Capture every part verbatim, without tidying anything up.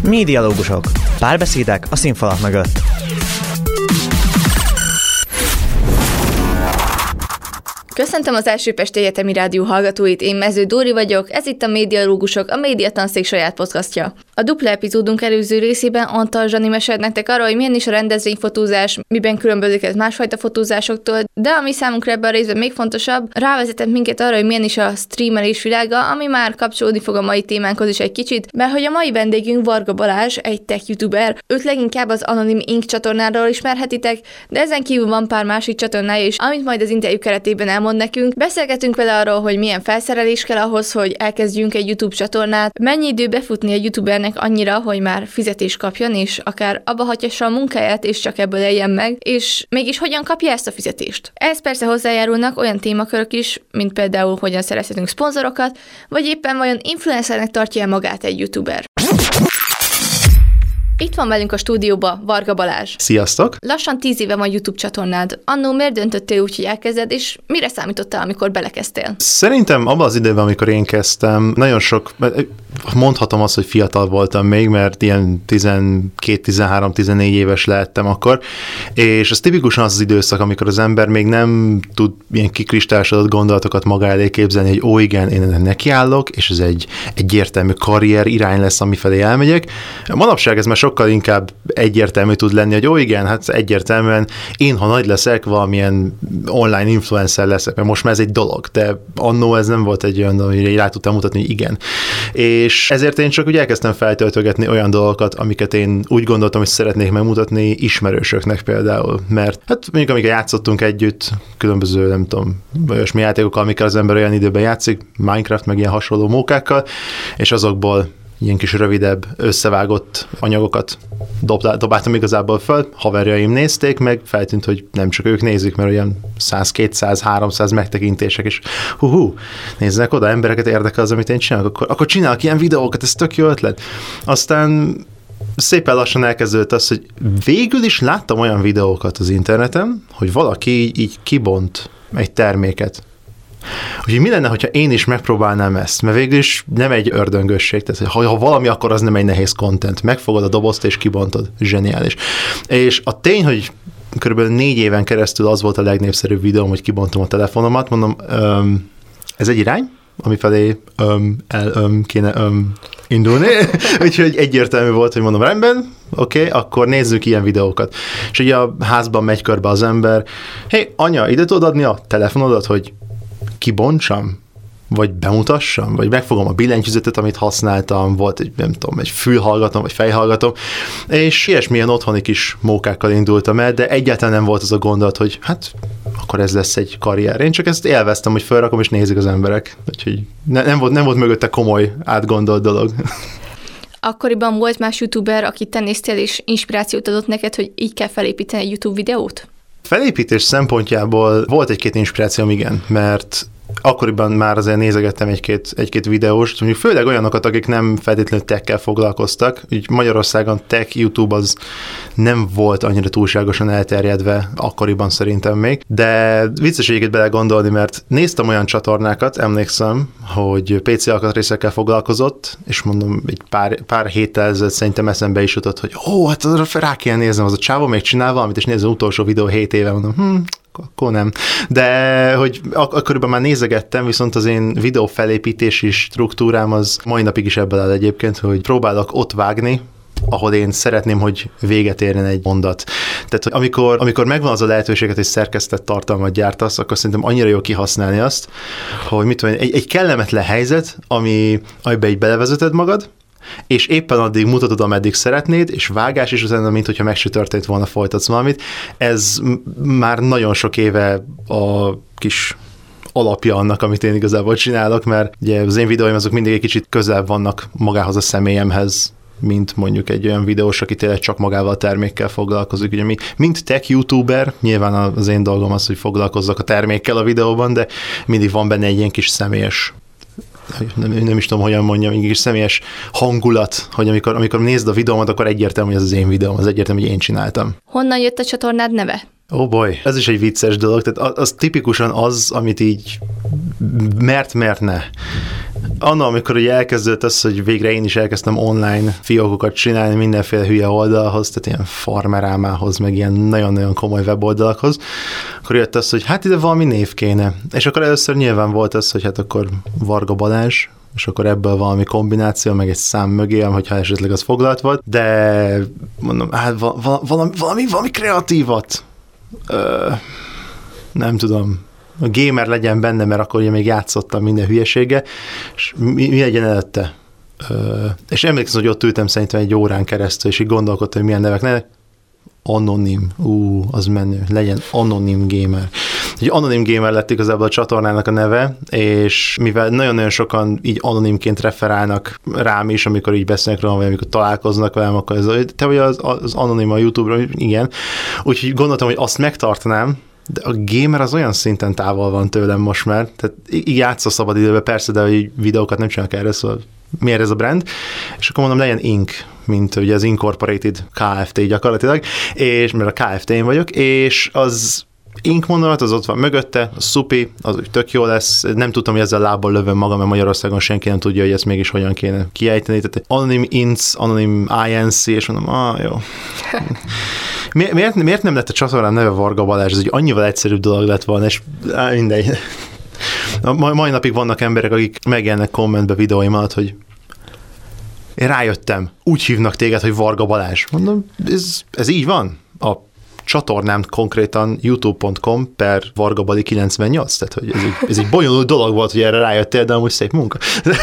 Médialógusok. Párbeszédek a színfalak mögött. Köszöntöm az Első Pesti Egyetemi Rádió hallgatóit, én Mező Dóri vagyok, ez itt a Médialógusok, a Médiatanszék saját podcastja. A dupla epizódunk előző részében Antal Zsani mesélt nektek arról, hogy milyen is a rendezvényfotózás, miben különbözik ez másfajta fotózásoktól, de ami számunkra ebben a részben még fontosabb, rávezetett minket arra, hogy milyen is a streamelés világa, ami már kapcsolódni fog a mai témánkhoz is egy kicsit, mert hogy a mai vendégünk Varga Balázs, egy tech youtuber, őt leginkább az Anonym Ink csatornáról ismerhetitek, de ezen kívül van pár másik csatornája is, amit majd az interjú keretében elmond nekünk. Beszélgetünk vele arról, hogy milyen felszerelés kell ahhoz, hogy elkezdjünk egy YouTube csatornát, mennyi idő befutni egy youtubernek annyira, hogy már fizetést kapjon, és akár abba hagyjassa a munkáját, és csak ebből éljen meg, és mégis hogyan kapja ezt a fizetést. Ez persze hozzájárulnak olyan témakörök is, mint például hogyan szerezhetünk szponzorokat, vagy éppen vajon influencernek tartja magát egy youtuber. Itt van velünk a stúdióba Varga Balázs. Sziasztok! Lassan tíz éve van YouTube csatornád. Annó miért döntöttél úgy, hogy elkezded, és mire számítottál, amikor belekezdtél? Szerintem abban az időben, amikor én kezdtem, nagyon sok, mondhatom azt, hogy fiatal voltam még, mert ilyen tizenkét, tizenhárom, tizennégy éves lehettem akkor, és ez tipikusan az az időszak, amikor az ember még nem tud ilyen kikristályosodott gondolatokat maga elé képzelni, hogy ó igen, én ennek nekiállok, és ez egy egyértelmű karrier irány lesz, amifelé elmegyek. Manapság ez már sokkal inkább egyértelmű tud lenni, hogy ó igen, hát egyértelműen én, ha nagy leszek, valamilyen online influencer leszek, mert most már ez egy dolog, de annó ez nem volt egy olyan, hogy rá tudtam mutatni, hogy igen. És ezért én csak úgy elkezdtem feltöltögetni olyan dolgokat, amiket én úgy gondoltam, hogy szeretnék megmutatni ismerősöknek például, mert hát mondjuk amikor játszottunk együtt, különböző, nem tudom, olyasmi játékokkal, amikkel az ember olyan időben játszik, Minecraft, meg ilyen hasonló mókákkal, és azokból ilyen kis rövidebb, összevágott anyagokat dobáltam igazából föl, haverjaim nézték, meg feltűnt, hogy nem csak ők nézik, mert olyan száz, kétszáz, háromszáz megtekintések, és hú-hú, nézzenek oda, embereket érdekel az, amit én csinálok, akkor, akkor csinálok ilyen videókat, ez tök jó ötlet. Aztán szépen lassan elkezdődött az, hogy végül is láttam olyan videókat az interneten, hogy valaki így, így kibont egy terméket. Úgyhogy mi lenne, hogyha én is megpróbálnám ezt, mert végül is nem egy ördöngösség, tehát ha, ha valami, akkor az nem egy nehéz content. Megfogod a dobozt és kibontod. Zseniális. És a tény, hogy körülbelül négy éven keresztül az volt a legnépszerűbb videóm, hogy kibontom a telefonomat, mondom, öm, ez egy irány, amifelé öm, el öm, kéne öm, indulni. Úgyhogy egyértelmű volt, hogy mondom, rendben, oké, okay, akkor nézzük ilyen videókat. És ugye a házban megy körbe az ember, hé, hey, anya, ide tudod adni a telefonodat, hogy kibontsam, vagy bemutassam, vagy megfogom a billentyűzetet, amit használtam, volt egy, nem tudom, egy fülhallgatom, vagy fejhallgatom, és ilyesmilyen otthoni kis mókákkal indultam el, de egyáltalán nem volt az a gondolat, hogy hát akkor ez lesz egy karrier. Én csak ezt élveztem, hogy felrakom, és nézik az emberek. Úgyhogy ne, nem, volt, nem volt mögötte komoly, átgondolt dolog. Akkoriban volt más youtuber, akit te néztél, és inspirációt adott neked, hogy így kell felépíteni egy YouTube videót? Felépítés szempontjából volt egy-két inspirációm, igen, mert akkoriban már azért nézegettem egy-két, egy-két videóst, mondjuk főleg olyanokat, akik nem feltétlenül tech-kel foglalkoztak. Úgy Magyarországon tech YouTube az nem volt annyira túlságosan elterjedve akkoriban szerintem még, de vicces egyébként belegondolni, mert néztem olyan csatornákat, emlékszem, hogy pé cé alkatrészekkel foglalkozott, és mondom, egy pár, pár héttel ezelőtt szerintem eszembe is jutott, hogy ó, hát rá kell néznem, az a csávó még csinál valamit, és nézem az utolsó videó hét éve, mondom, hm, akkor nem. De hogy ak- akkoriban már nézegettem, viszont az én videó felépítési struktúrám az mai napig is ebből áll egyébként, hogy próbálok ott vágni, ahol én szeretném, hogy véget érjen egy mondat. Tehát, hogy amikor, amikor megvan az a lehetőséget, hogy szerkesztett tartalmat gyártasz, akkor szerintem annyira jó kihasználni azt, hogy mit tudom, egy, egy kellemetlen helyzet, ami, amiben így belevezeted magad, és éppen addig mutatod, ameddig szeretnéd, és vágás is utána, mint hogyha meg se történt volna, folytatsz valamit. Ez már nagyon sok éve a kis alapja annak, amit én igazából csinálok, mert ugye az én videóim azok mindig egy kicsit közel vannak magához a személyemhez, mint mondjuk egy olyan videós, aki tényleg csak magával a termékkel foglalkozik. Ugye mi, mint tech youtuber, nyilván az én dolgom az, hogy foglalkozzak a termékkel a videóban, de mindig van benne egy ilyen kis személyes, nem, nem is tudom, hogyan mondjam, egy kis személyes hangulat, hogy amikor, amikor nézd a videómat, akkor egyértelmű, hogy ez az én videóm, az egyértelmű, hogy én csináltam. Honnan jött a csatornád neve? Ó, oh boy, ez is egy vicces dolog, tehát az tipikusan az, amit így mert, mert ne. Anna, amikor ugye elkezdődött az, hogy végre én is elkezdtem online fiókokat csinálni mindenféle hülye oldalhoz, tehát ilyen farmerámához, meg ilyen nagyon-nagyon komoly weboldalakhoz, akkor jött az, hogy hát ide valami név kéne. És akkor először nyilván volt az, hogy hát akkor Varga Balázs, és akkor ebből valami kombináció, meg egy szám mögé, hogyha esetleg az foglalt volt, de mondom, hát val- val- valami, valami, valami kreatívat. Ö, nem tudom. A gamer legyen benne, mert akkor ugye még játszottam minden hülyesége, és mi, mi legyen előtte. Ö, és emlékszem, hogy ott ültem szerintem egy órán keresztül, és így gondolkodtam, hogy milyen nevek. Ne, anonim, ú, az menő, legyen anonim gamer. Egy anonim gamer lett igazából a csatornának a neve, és mivel nagyon-nagyon sokan így anonimként referálnak rám is, amikor így beszélnek róla, vagy amikor találkoznak velem, akkor ez, te vagy az, az anonim a YouTube-ra, igen. Úgyhogy gondoltam, hogy azt megtartanám, de a gamer az olyan szinten távol van tőlem most már, tehát így játsz a szabad időben, persze, de hogy videókat nem csinálok erre, szóval miért ez a brand? És akkor mondom, legyen Inc, mint ugye az Incorporated Kft. Gyakorlatilag, és mert a Kft-n vagyok, és az Inc mondat, az ott van mögötte, a szupi, az úgy tök jó lesz, nem tudtam, hogy ezzel lábbal lövöm magam, mert Magyarországon senki nem tudja, hogy ezt mégis hogyan kéne kiejteni, tehát anonim inc, anonim inc, és mondom, ah, jó. Mi, miért, miért nem lett a csatornám neve Varga Balázs? Ez egy annyival egyszerűbb dolog lett volna, és á, mindegy. Mai, mai napig vannak emberek, akik megjelennek kommentbe videóim alatt, hogy én rájöttem, úgy hívnak téged, hogy Varga Balázs. Mondom, ez, ez így van? A csatornám konkrétan youtube pont com per vargabali kilencvennyolc, tehát hogy ez egy, ez egy bonyolult dolog volt, hogy erre rájöttél, de amúgy szép munka.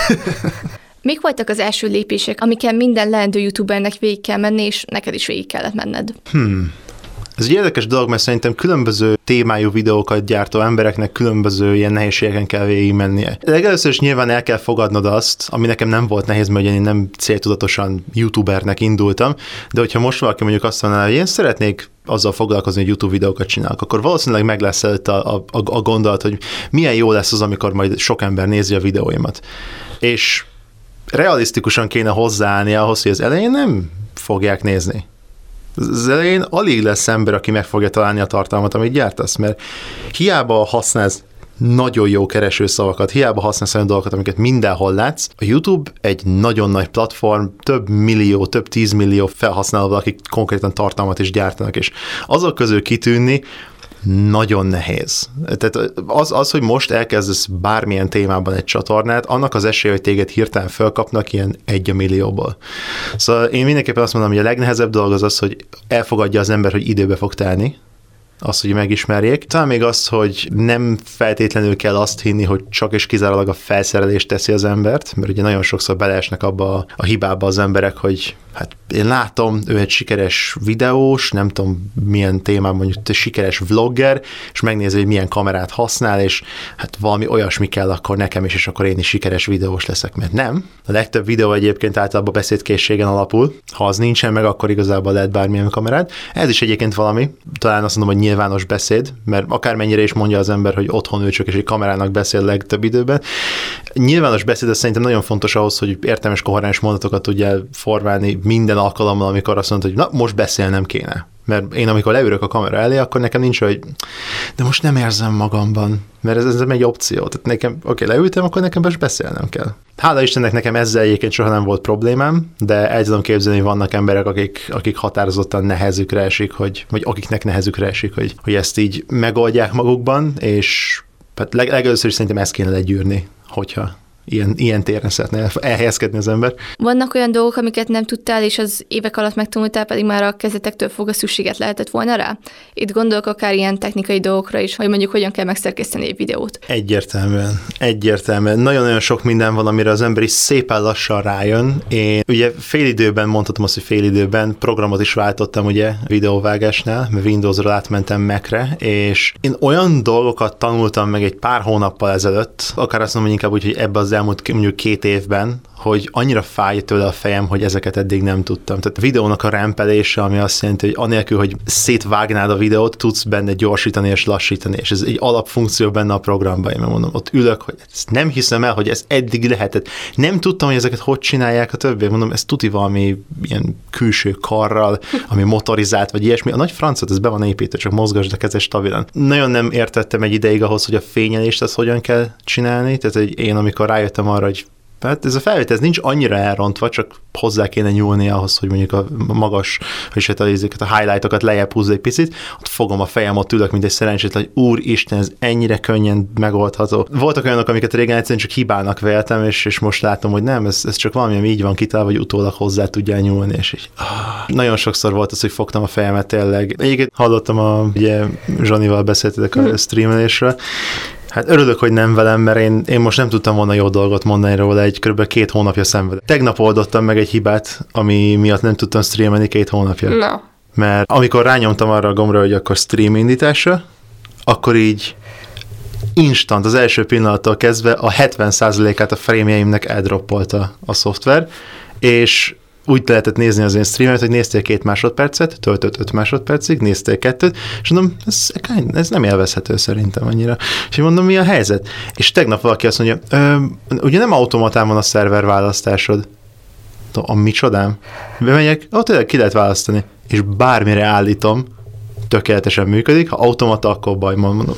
Mik voltak az első lépések, amiken minden leendő youtubernek végig kell menni, és neked is végig kellett menned? Hmm. Ez egy érdekes dolog, mert szerintem különböző témájú videókat gyártó embereknek különböző ilyen nehézségeken kell végigmennie. Legelőször is nyilván el kell fogadnod azt, ami nekem nem volt nehéz, mert én nem céltudatosan youtubernek indultam, de hogyha most valaki mondjuk azt mondaná, hogy én szeretnék azzal foglalkozni, hogy YouTube videókat csinálok, akkor valószínűleg meg lesz előtt a, a, a gondolat, hogy milyen jó lesz az, amikor majd sok ember nézi a videóimat. És realisztikusan kéne hozzáállni ahhoz, hogy az elején nem fogják nézni. Az elején alig lesz ember, aki meg fogja találni a tartalmat, amit gyártasz, mert hiába használsz nagyon jó keresőszavakat, hiába használsz olyan dolgokat, amiket mindenhol látsz. A YouTube egy nagyon nagy platform, több millió, több tízmillió felhasználóval, akik konkrétan tartalmat is gyártanak, és azok közül kitűnni nagyon nehéz. Tehát az, az, hogy most elkezdesz bármilyen témában egy csatornát, annak az esélye, hogy téged hirtelen felkapnak ilyen egy a millióból. Szóval én mindenképpen azt mondom, hogy a legnehezebb dolog az az, hogy elfogadja az ember, hogy időbe fog telni, azt, hogy megismerjék. Talán még azt, hogy nem feltétlenül kell azt hinni, hogy csak és kizárólag a felszerelés teszi az embert, mert ugye nagyon sokszor beleesnek abba a, a hibába az emberek, hogy hát én látom, ő egy sikeres videós, nem tudom milyen témában, mondjuk sikeres vlogger, és megnézi, hogy milyen kamerát használ, és hát valami olyasmi kell akkor nekem is, és akkor én is sikeres videós leszek, mert nem. A legtöbb videó egyébként általában beszédkészségen alapul. Ha az nincsen meg, akkor igazából lehet bármilyen kamerát. Ez is egyébként valami, talán azt mondom, hogy nyilvános beszéd, mert akármennyire is mondja az ember, hogy otthon ül csak és egy kamerának beszél legtöbb időben. Nyilvános beszéd az szerintem nagyon fontos ahhoz, hogy értelmes, koherens mondatokat tudjál formálni minden alkalommal, amikor azt mondod, hogy na, most beszélnem kéne. Mert én amikor leülök a kamera elé, akkor nekem nincs, hogy de most nem érzem magamban, mert ez, ez egy opció. Tehát nekem, oké, leültem, akkor nekem most beszélnem kell. Hála Istennek nekem ezzel egyébként soha nem volt problémám, de el tudom képzelni, hogy vannak emberek, akik, akik határozottan nehezükre esik, hogy, vagy akiknek nehezükre esik, hogy, hogy ezt így megoldják magukban, és hát leg, legelőször is szerintem ezt kéne legyűrni, hogyha Ilyen, ilyen téren szeretne elhelyezkedni az ember. Vannak olyan dolgok, amiket nem tudtál, és az évek alatt megtanultál, pedig már a kezdetektől fogva szükséget lehetett volna rá? Itt gondolok akár ilyen technikai dolgokra is, hogy mondjuk hogyan kell megszerkeszteni egy videót. Egyértelműen, egyértelműen. Nagyon-nagyon sok minden van, amire az ember is szépen lassan rájön. Én ugye félidőben, mondhatom azt, hogy félidőben programot is váltottam ugye videóvágásnál, mert Windowsról átmentem Macre, és én olyan dolgokat tanultam meg egy pár hónappal ezelőtt, akár azt mondom, hogy inkább úgy, hogy ebbe az elmúlt mondjuk két évben, hogy annyira fáj tőle a fejem, hogy ezeket eddig nem tudtam. Tehát a videónak a rempelése, ami azt jelenti, hogy anélkül, hogy szétvágnád a videót, tudsz benne gyorsítani és lassítani, és ez egy alapfunkció benne a programban. Én mondom, ott ülök, hogy ezt nem hiszem el, hogy ez eddig lehetett. Nem tudtam, hogy ezeket hogy csinálják a többiek. Mondom, ez tuti valami ilyen külső karral, ami motorizált, vagy ilyesmi. A nagy francot, ez be van építve, csak mozgasd a kezed stabilan. Nagyon nem értettem egy ideig ahhoz, hogy a fényelést azt hogyan kell csinálni. Tehát hogy én, amikor rájöttem arra, hogy hát ez a felvétel ez nincs annyira elrontva, csak hozzá kéne nyúlni ahhoz, hogy mondjuk a magas, és hát ezeket a highlightokat lejjebb húzza egy picit, ott fogom a fejem, ott ülök, mint egy szerencsétlen, hogy úristen, ez ennyire könnyen megoldható. Voltak olyanok, amiket régen egyszerűen csak hibának véltem, és, és most látom, hogy nem, ez, ez csak valami, ami így van kitalálva, hogy utólag hozzá tudjál nyúlni, és így. Ah. Nagyon sokszor volt az, hogy fogtam a fejemet tényleg. Egyébként hallottam, a, ugye Zsanival beszéltetek a hmm. streamelésről. Hát örülök, hogy nem velem, mert én, én most nem tudtam volna jó dolgot mondani róla, egy kb. két hónapja szenvedek. Tegnap oldottam meg egy hibát, ami miatt nem tudtam streamelni két hónapja. No. Mert amikor rányomtam arra a gombra, hogy akkor stream indításra, akkor így instant, az első pillanattól kezdve a hetven százalékát a frame-jeimnek eldroppolta a szoftver, és úgy lehetett nézni az én streamet, hogy néztél két másodpercet, töltött öt másodpercig, néztél kettőt, és mondom, ez, ez nem élvezhető szerintem annyira. És mondom, mi a helyzet? És tegnap valaki azt mondja, ugye nem automatán van a szerver választásod? A micsodám? Bemegyek, ott tényleg ki lehet választani, és bármire állítom, tökéletesen működik, ha automata, akkor baj, mondom.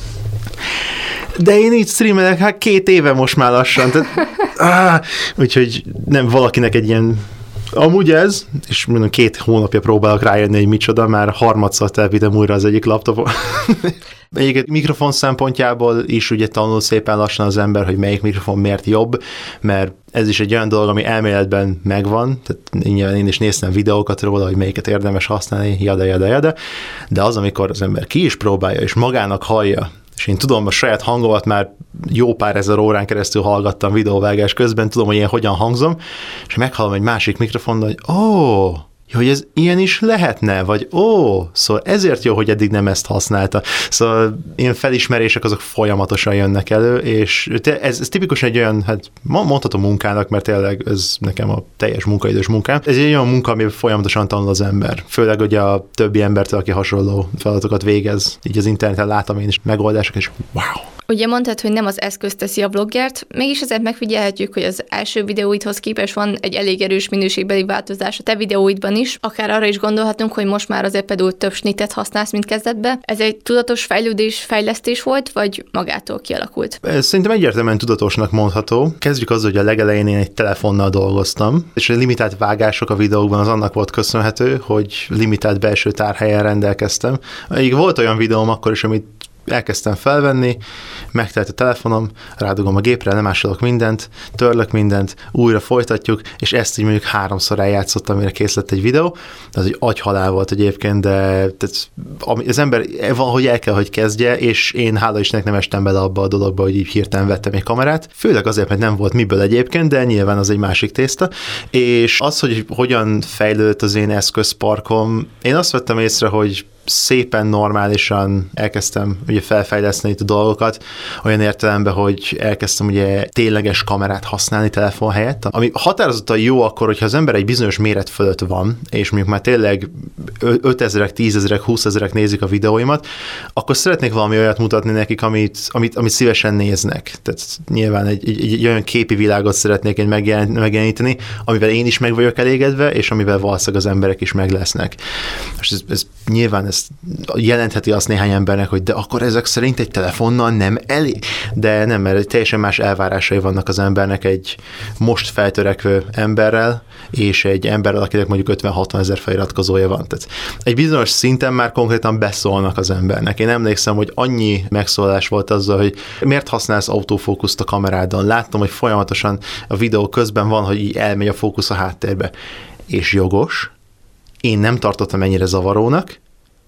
De én így streamelek, hát két éve most már lassan, tehát, áh, úgyhogy nem valakinek egy ilyen amúgy ez, és mondom, két hónapja próbálok rájönni, hogy micsoda, már harmadszor telepítem újra az egyik laptopon. Egyébként mikrofon szempontjából is ugye tanul szépen lassan az ember, hogy melyik mikrofon miért jobb, mert ez is egy olyan dolog, ami elméletben megvan, tehát nyilván én is néztem videókat róla, hogy melyiket érdemes használni, jada, jada, jada, de az, amikor az ember ki is próbálja, és magának hallja, és én tudom, a saját hangomat már jó pár ezer órán keresztül hallgattam videóvágás közben, tudom, hogy én hogyan hangzom, és meghallom egy másik mikrofonnal, hogy ó, oh, hogy ez ilyen is lehetne, vagy ó, oh, szóval ezért jó, hogy eddig nem ezt használta. Szóval ilyen felismerések azok folyamatosan jönnek elő, és ez, ez tipikusan egy olyan, hát mondhatom munkának, mert tényleg ez nekem a teljes munkaidős munkám. Ez egy olyan munka, amiben folyamatosan tanul az ember. Főleg ugye a többi embertől, aki hasonló feladatokat végez. Így az interneten látom én is megoldások, és wow! Ugye mondtad, hogy nem az eszköz teszi a vloggert, mégis azért megfigyelhetjük, hogy az első videóidhoz képest van egy elég erős minőségbeli változás a te videóidban is. Akár arra is gondolhatunk, hogy most már azért például több snittet használsz, mint kezdetben. Ez egy tudatos fejlődés, fejlesztés volt, vagy magától kialakult? Szerintem egyértelműen tudatosnak mondható. Kezdjük azzal, hogy a legelején én egy telefonnal dolgoztam, és a limitált vágások a videókban az annak volt köszönhető, hogy limitált belső tárhelyen rendelkeztem. Így volt olyan videóm akkor is, amit elkezdtem felvenni, megtelt a telefonom, rádugom a gépre, lemásolok mindent, törlök mindent, újra folytatjuk, és ezt így mondjuk háromszor eljátszottam, amire kész lett egy videó. Az egy agyhalál volt egyébként, de tehát, az ember valahogy el kell, hogy kezdje, és én hála Istennek nem estem bele abba a dologba, hogy így hirtelen vettem egy kamerát. Főleg azért, mert nem volt miből egyébként, de nyilván az egy másik tészta. És az, hogy hogyan fejlődött az én eszközparkom, én azt vettem észre, hogy szépen normálisan elkezdtem ugye felfejleszteni itt a dolgokat, olyan értelemben, hogy elkezdtem ugye tényleges kamerát használni telefon helyett, ami határozottan jó akkor, hogyha az ember egy bizonyos méret fölött van, és mondjuk már tényleg ötezrek, tízezrek, húszezrek nézik a videóimat, akkor szeretnék valami olyat mutatni nekik, amit, amit, amit szívesen néznek. Tehát nyilván egy, egy, egy olyan képi világot szeretnék én megjeleníteni, amivel én is meg vagyok elégedve, és amivel valószínűleg az emberek is meg lesznek. És ez, ez nyilván ez jelentheti azt néhány embernek, hogy de akkor ezek szerint egy telefonnal nem elég. De nem, mert teljesen más elvárásai vannak az embernek egy most feltörekvő emberrel, és egy emberrel, akinek mondjuk ötven-hatvan ezer feliratkozója van. Tehát egy bizonyos szinten már konkrétan beszólnak az embernek. Én emlékszem, hogy annyi megszólás volt azzal, hogy miért használsz autofókuszt a kamerádon. Láttam, hogy folyamatosan a videó közben van, hogy így elmegy a fókusz a háttérbe. És jogos. Én nem tartottam ennyire zavarónak,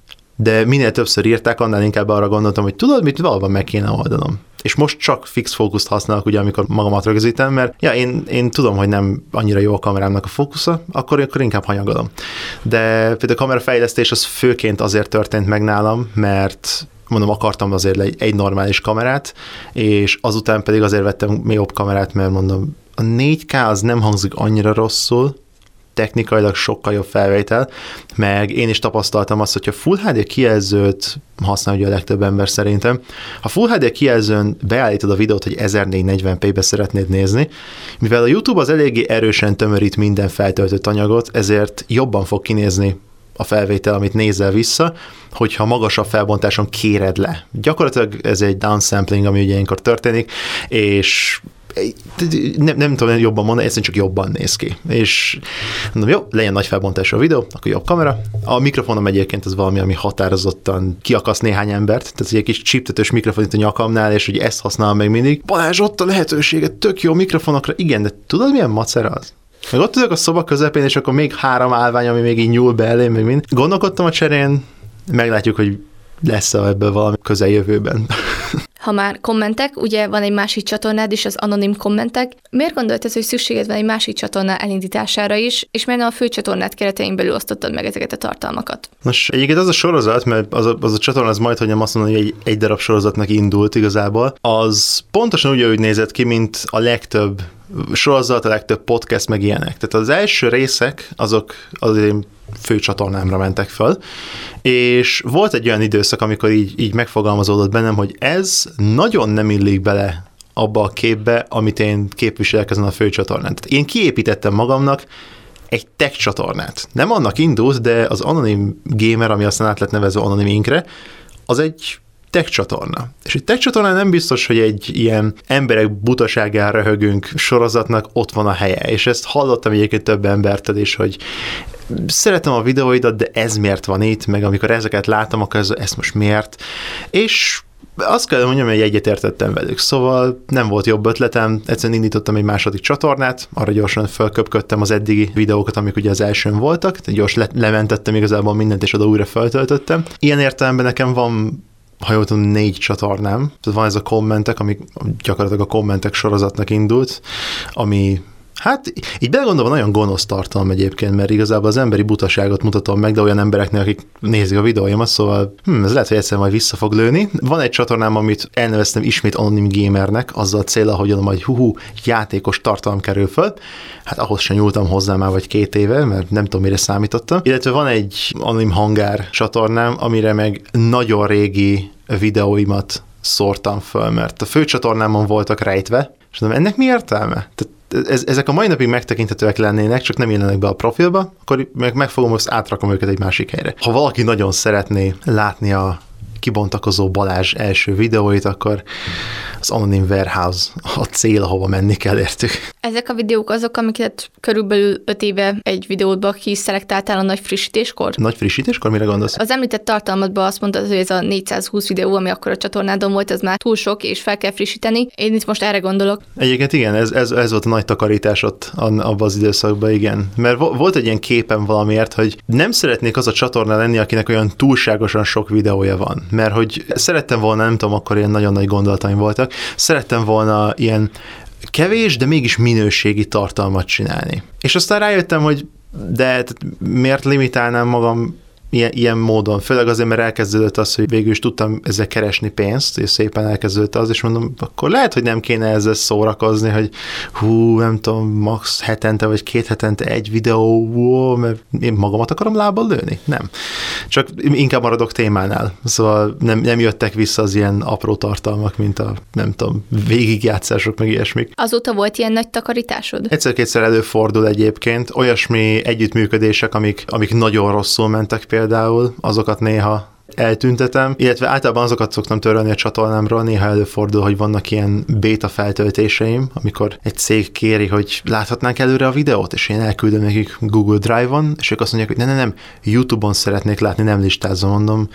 de minél többször írták, annál inkább arra gondoltam, hogy tudod, mit valóban meg kéne oldanom. És most csak fix fókuszt használok, ugye, amikor magamat rögzítem, mert ja, én, én tudom, hogy nem annyira jó a kamerámnak a fókusza, akkor, akkor inkább hanyagolom. De például a kamerafejlesztés az főként azért történt meg nálam, mert mondom, akartam azért egy, egy normális kamerát, és azután pedig azért vettem még jobb kamerát, mert mondom, a négy ká az nem hangzik annyira rosszul, technikailag sokkal jobb felvétel, meg én is tapasztaltam azt, hogyha Full há dé kijelzőt használja a legtöbb ember szerintem, ha Full há dé kijelzőn beállítod a videót, hogy ezernégyszáznegyven pé-be szeretnéd nézni, mivel a YouTube az eléggé erősen tömörít minden feltöltött anyagot, ezért jobban fog kinézni a felvétel, amit nézel vissza, hogyha magasabb felbontáson kéred le. Gyakorlatilag ez egy downsampling, ami ugye ilyenkor történik, és nem, nem tudom jobban mondani, egyszerűen csak jobban néz ki. És mondom, jó, legyen nagy felbontású a videó, akkor jobb kamera. A mikrofonom egyébként az valami, ami határozottan kiakaszt néhány embert, tehát egy kis csíptetős mikrofon itt a nyakamnál, és ugye ezt használom meg mindig. Balázs, ott a lehetőséget, tök jó mikrofonokra, igen, de tudod, milyen macera az? Meg ott tudok a szoba közepén, és akkor még három állvány, ami még így nyúl be elém, még mind. Gondolkodtam a cserén, meglátjuk, hogy lesz-e ebből valami közeljövőben. Ha már kommentek, ugye van egy másik csatornád is, az anonim kommentek. Miért gondoltad, hogy szükséged van egy másik csatorna elindítására is, és miért a fő csatornád keretein belül osztottad meg ezeket a tartalmakat? Nos, egyébként az a sorozat, mert az a, az a csatorna, az majd, hogy nem azt mondom, hogy egy, egy darab sorozatnak indult igazából, az pontosan úgy, úgy nézett ki, mint a legtöbb sorozat, a legtöbb podcast, meg ilyenek. Tehát az első részek, azok az én fő csatornámra mentek föl, és volt egy olyan időszak, amikor így, így megfogalmazódott bennem, hogy ez nagyon nem illik bele abba a képbe, amit én képviselek ezen a fő csatornán. Tehát én kiépítettem magamnak egy tech csatornát. Nem annak indult, de az Anonim Gamer, ami aztán át lett nevezve Anonim Inkre, az egy tech csatorna. És egy tech csatornán nem biztos, hogy egy ilyen emberek butaságára röhögünk sorozatnak ott van a helye. És ezt hallottam egyébként több embertől is, hogy szeretem a videóidat, de ez miért van itt, meg amikor ezeket látom, akkor ez, ez most miért? És azt kell mondjam, hogy egyetértettem velük. Szóval nem volt jobb ötletem, egyszerűen indítottam egy második csatornát, arra gyorsan felköpködtem az eddigi videókat, amik ugye az elsőn voltak, tehát gyors le- lementettem igazából mindent, és oda újra feltöltöttem. Ilyen értelemben nekem van, ha jól tudom, négy csatornám. Tehát van ez a kommentek, ami gyakorlatilag a kommentek sorozatnak indult, ami hát így belegondolva nagyon gonosz tartalom egyébként, mert igazából az emberi butaságot mutatom meg, de olyan embereknek, akik nézik a videóimat, szóval hm, ez lehet, hogy egyszer majd vissza fog lőni. Van egy csatornám, amit elneveztem ismét Anonim Gamernek, azzal a célra, hogy oda majd hú, játékos tartalom kerül föl. Hát ahhoz sem nyúltam hozzá már vagy két éve, mert nem tudom, mire számítottam. Illetve van egy Anonim Hangár csatornám, amire meg nagyon régi videóimat szórtam föl, mert a fő csatornámon voltak rejtve, és mondom, ennek mi értelme? Tehát Ez, ezek a mai napig megtekinthetőek lennének, csak nem jelenek be a profilba, akkor meg megfogom, azt átrakom őket egy másik helyre. Ha valaki nagyon szeretné látni a kibontakozó Balázs első videóit, akkor az Anonim Warehouse a cél, ahova menni kell értük. Ezek a videók azok, amiket körülbelül öt éve egy videódba kiszelektáltál a nagy frissítéskor? Nagy frissítéskor? Mire gondolsz? Az említett tartalmadban azt mondtad, hogy ez a négyszázhúsz videó, ami akkor a csatornádon volt, az már túl sok, és fel kell frissíteni. Én itt most erre gondolok. Egyébként igen, ez, ez, ez volt a nagy takarítás ott abban az időszakban, igen. Mert volt egy ilyen képem valamiért, hogy nem szeretnék az a csatorna lenni, akinek olyan túlságosan sok videója van. Mert hogy szerettem volna, nem tudom, akkor ilyen nagyon nagy gondolataim voltak, szerettem volna ilyen kevés, de mégis minőségi tartalmat csinálni. És aztán rájöttem, hogy de miért limitálnám magam ilyen, ilyen módon, főleg azért, mert elkezdődött az, hogy végül is tudtam ezzel keresni pénzt, és szépen elkezdődött az, és mondom, akkor lehet, hogy nem kéne ezzel szórakozni, hogy hú, nem tudom, max hetente, vagy két hetente egy videó, wow, mert én magamat akarom lábbal lőni? Nem. Csak inkább maradok témánál. Szóval nem, nem jöttek vissza az ilyen apró tartalmak, mint a, nem tudom, végigjátszások, meg ilyesmik. Azóta volt ilyen nagy takarításod? Egyszer-kétszer előfordul egyébként. Olyasmi együttműködések, amik, amik nagyon rosszul mentek például, azokat néha eltüntetem, illetve általában azokat szoktam törölni a csatornámról, néha előfordul, hogy vannak ilyen béta feltöltéseim, amikor egy cég kéri, hogy láthatnánk előre a videót, és én elküldöm nekik Google Drive-on, és ők azt mondják, hogy ne, ne, nem, YouTube-on szeretnék látni, nem listázom, mondom.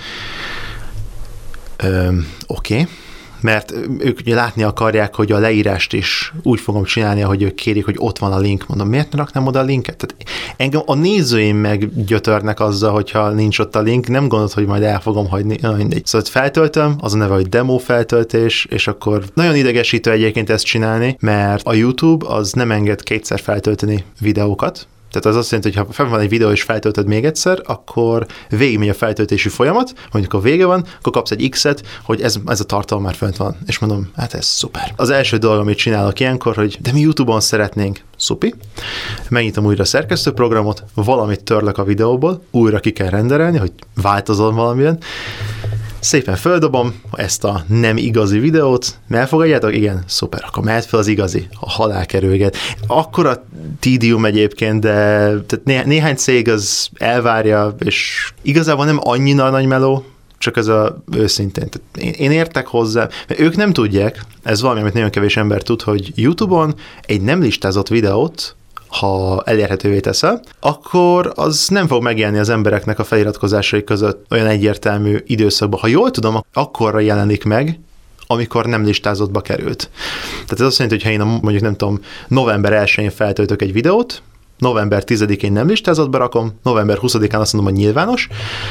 Oké. Okay. Mert ők ugye látni akarják, hogy a leírást is úgy fogom csinálni, ahogy ők kérik, hogy ott van a link. Mondom, miért ne raknám oda a linket? Tehát engem a nézőim meg gyötörnek azzal, hogyha nincs ott a link, nem gondolod, hogy majd el fogom hagyni. Na, mindegy. Szóval feltöltöm, az a neve, hogy demo feltöltés, és akkor nagyon idegesítő egyébként ezt csinálni, mert a YouTube az nem enged kétszer feltölteni videókat, Tehát az azt jelenti, hogy ha fel van egy videó és feltöltöd még egyszer, akkor végigmegy a feltöltési folyamat, mondjuk a vége van, akkor kapsz egy X-et, hogy ez, ez a tartalom már fönt van. És mondom, hát ez szuper. Az első dolog, amit csinálok ilyenkor, hogy de mi YouTube-on szeretnénk, szupi, megnyitom újra a szerkesztőprogramot, valamit törlök a videóból, újra ki kell renderelni, hogy változom valamilyen, szépen földobom ezt a nem igazi videót, elfogadjátok? Igen, szuper, akkor mehet fel az igazi, a halál kerülget. Akkora tídium egyébként, de tehát né- néhány cég az elvárja, és igazából nem annyira nagy meló, csak ez a őszintén. Én, én értek hozzá, mert ők nem tudják, ez valami, amit nagyon kevés ember tud, hogy YouTube-on egy nem listázott videót, ha elérhetővé teszel, akkor az nem fog megjelenni az embereknek a feliratkozásai között olyan egyértelmű időszakban. Ha jól tudom, akkorra jelenik meg, amikor nem listázottba került. Tehát ez azt jelenti, hogy ha én a, mondjuk nem tudom, november elsején feltöltök egy videót, november tizedikén nem listázottba rakom, november huszadikán azt mondom, hogy nyilvános,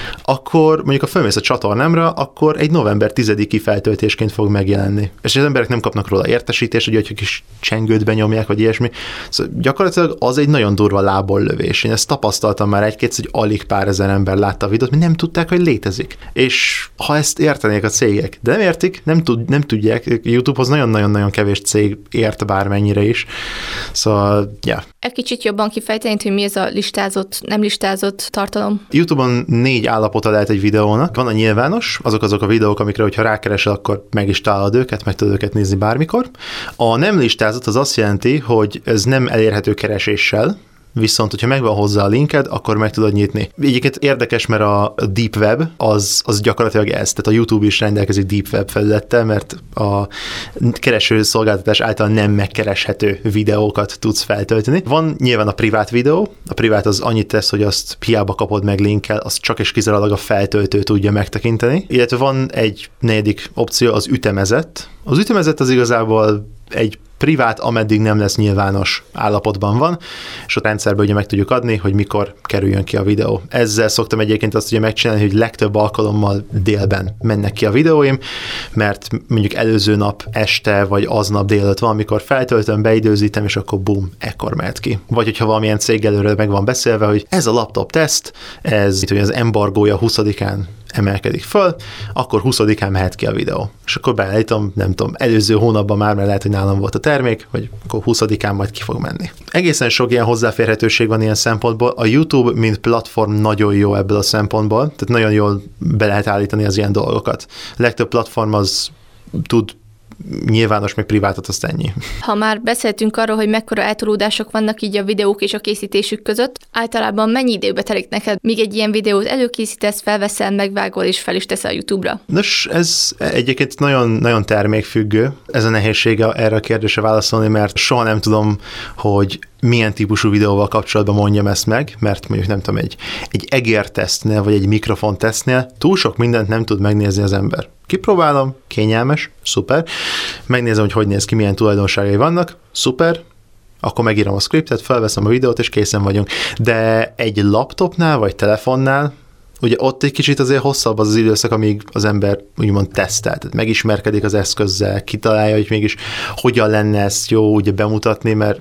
akkor mondjuk a fölmész a csatornámra, akkor egy november tizediki feltöltésként fog megjelenni. És az emberek nem kapnak róla értesítést, hogy egy kis csengőt benyomják, vagy ilyesmi. Szóval gyakorlatilag az egy nagyon durva lából lövés. Én ezt tapasztaltam már egy-kétszer, hogy alig pár ezer ember látta a videót, mert nem tudták, hogy létezik. És ha ezt értenék a cégek, de nem értik, nem, tud, nem tudják, YouTube-hoz nagyon-nagyon-nagyon kevés cég ért bármennyire is. Szóval, ja. Yeah. Egy kicsit jobban kifejteni, hogy mi ez a listázott, nem listázott tartalom? YouTube-on négy állapota lehet egy videónak. Van a nyilvános, azok azok a videók, amikre, hogyha rákeresel, akkor meg is találod őket, meg tudod őket nézni bármikor. A nem listázott az azt jelenti, hogy ez nem elérhető kereséssel, viszont, hogyha megvan hozzá a linked, akkor meg tudod nyitni. Egyébként érdekes, mert a Deep Web az, az gyakorlatilag ez, tehát a YouTube is rendelkezik Deep Web felülettel, mert a kereső szolgáltatás által nem megkereshető videókat tudsz feltölteni. Van nyilván a privát videó, a privát az annyit tesz, hogy azt hiába kapod meg linkkel, azt csak és kizárólag a feltöltő tudja megtekinteni. Illetve van egy negyedik opció, az ütemezett. Az ütemezett az igazából egy privát, ameddig nem lesz nyilvános állapotban van, és a rendszerben ugye meg tudjuk adni, hogy mikor kerüljön ki a videó. Ezzel szoktam egyébként azt ugye megcsinálni, hogy legtöbb alkalommal délben mennek ki a videóim, mert mondjuk előző nap este, vagy aznap délután van, amikor feltöltöm, beidőzítem, és akkor bum, ekkor mehet ki. Vagy hogyha valamilyen cég előre meg van beszélve, hogy ez a laptop teszt, ez itt, az embargója huszadikán emelkedik föl, akkor huszadikán mehet ki a videó. És akkor beállítom, nem tudom, előző hónapban már, mert lehet, hogy nálam volt a termék, hogy akkor huszadikán majd ki fog menni. Egészen sok ilyen hozzáférhetőség van ilyen szempontból. A YouTube, mint platform nagyon jó ebből a szempontból, tehát nagyon jól be lehet állítani az ilyen dolgokat. A legtöbb platform az tud nyilvános, meg privátot, azt ennyi. Ha már beszéltünk arról, hogy mekkora eltolódások vannak így a videók és a készítésük között, általában mennyi időbe telik neked, míg egy ilyen videót előkészítesz, felveszel, megvágol és fel is teszel a YouTube-ra? Nos, ez egyébként nagyon, nagyon termékfüggő. Ez a nehézsége erre a kérdésre válaszolni, mert soha nem tudom, hogy milyen típusú videóval kapcsolatban mondjam ezt meg, mert mondjuk nem tudom, egy, egy egértesztnél, vagy egy mikrofontesztnél túl sok mindent nem tud megnézni az ember. Kipróbálom, kényelmes, szuper, megnézem, hogy hogy néz ki, milyen tulajdonságai vannak, szuper, akkor megírom a scriptet, felveszem a videót, és készen vagyunk. De egy laptopnál, vagy telefonnál, ugye ott egy kicsit azért hosszabb az az időszak, amíg az ember úgymond tesztel, tehát megismerkedik az eszközzel, kitalálja, hogy mégis hogyan lenne ezt jó ugye bemutatni, mert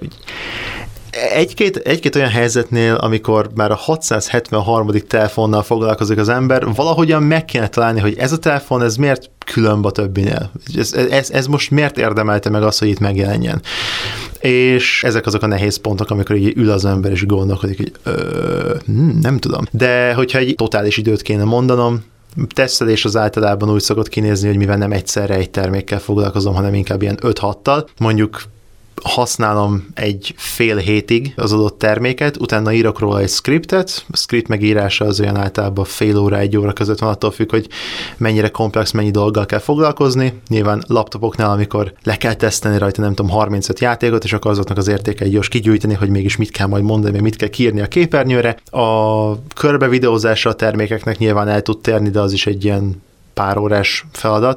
Egy-két, egy-két olyan helyzetnél, amikor már a hatszázhetvenharmadik telefonnal foglalkozik az ember, valahogyan meg kéne találni, hogy ez a telefon, ez miért különb a többinél? Ez, ez, ez most miért érdemelte meg azt, hogy itt megjelenjen? És ezek azok a nehéz pontok, amikor így ül az ember és gondolkodik, hogy ö, hm, nem tudom. De hogyha egy totális időt kéne mondanom, tesztelés az általában úgy szokott kinézni, hogy mivel nem egyszerre egy termékkel foglalkozom, hanem inkább ilyen öt-hattal, mondjuk használom egy fél hétig az adott terméket, utána írok róla egy scriptet, a script megírása az olyan általában fél óra, egy óra között van, attól függ, hogy mennyire komplex, mennyi dolggal kell foglalkozni. Nyilván laptopoknál, amikor le kell tesztelni rajta, nem tudom, harmincöt játékot, és akkor azoknak az értékeit gyors kigyűjteni, hogy mégis mit kell majd mondani, mit kell kiírni a képernyőre. A körbe videózása a termékeknek nyilván el tud térni, de az is egy ilyen pár órás feladat,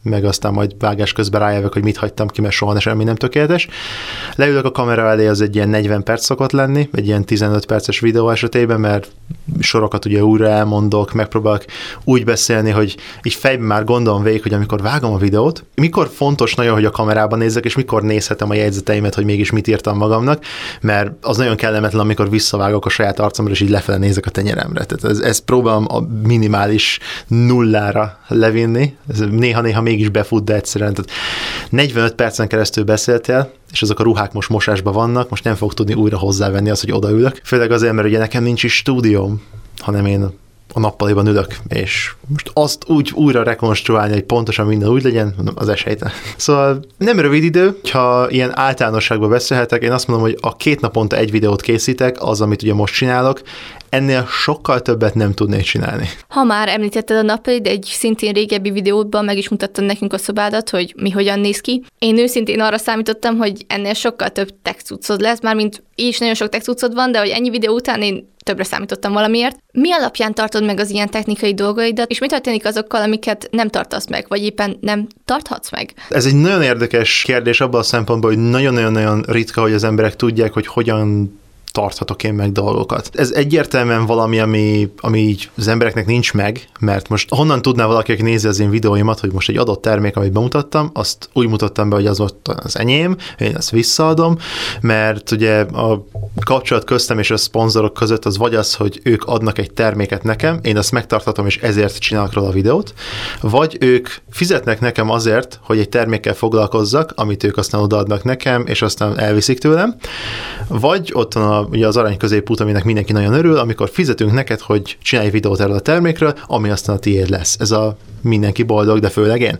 meg aztán majd vágás közben rájövök, hogy mit hagytam ki, mert soha semmi nem tökéletes. Leülök a kamera elé, az egy ilyen negyven perc szokott lenni, egy ilyen tizenöt perces videó esetében, mert sorokat ugye újra elmondok, megpróbálok úgy beszélni, hogy így fejben már gondolom végig, hogy amikor vágom a videót, mikor fontos nagyon, hogy a kamerában nézzek, és mikor nézhetem a jegyzeteimet, hogy mégis mit írtam magamnak, mert az nagyon kellemetlen, amikor visszavágok a saját arcomra, és így lefele nézek a tenyeremre. Tehát ez, ezt próbálom a minimális nullára levinni, ez néha-néha mégis befut, de egyszerűen. Tehát negyvenöt percen keresztül beszéltél, és azok a ruhák most mosásban vannak, most nem fog tudni újra hozzávenni az, hogy odaülök. Főleg azért, mert ugye nekem nincs is stúdióm, hanem én a nappaliban ülök, és most azt úgy újra rekonstruálni, hogy pontosan minden úgy legyen, mondom, az esélytelen. Szóval nem rövid idő, ha ilyen általánosságban beszélhetek, én azt mondom, hogy a két naponta egy videót készítek, az, amit ugye most csinálok, ennél sokkal többet nem tudnék csinálni. Ha már említetted a nappalit, egy szintén régebbi videódban meg is mutattad nekünk a szobádat, hogy mi hogyan néz ki. Én őszintén arra számítottam, hogy ennél sokkal több tech cuccod lesz, mármint így is nagyon sok tech cuccod van, de hogy ennyi videó után én többre számítottam valamiért. Mi alapján tartod meg az ilyen technikai dolgaidat, és mi történik azokkal, amiket nem tartasz meg, vagy éppen nem tarthatsz meg? Ez egy nagyon érdekes kérdés abban a szempontból, hogy nagyon-nagyon ritka, hogy az emberek tudják, hogy hogyan tarthatok én meg dolgokat. Ez egyértelműen valami, ami, ami így az embereknek nincs meg, mert most honnan tudná valaki, aki nézi az én videóimat, hogy most egy adott termék, amit bemutattam, azt úgy mutattam be, hogy az ott az enyém, én ezt visszaadom, mert ugye a kapcsolat köztem és a szponzorok között az vagy az, hogy ők adnak egy terméket nekem, én azt megtarthatom, és ezért csinálok róla a videót, vagy ők fizetnek nekem azért, hogy egy termékkel foglalkozzak, amit ők aztán odaadnak nekem, és aztán elviszik tőlem, vagy ott van a ugye az arany középút, aminek mindenki nagyon örül, amikor fizetünk neked, hogy csinálj videót erről a termékről, ami aztán a tiéd lesz. Ez a mindenki boldog, de főleg én.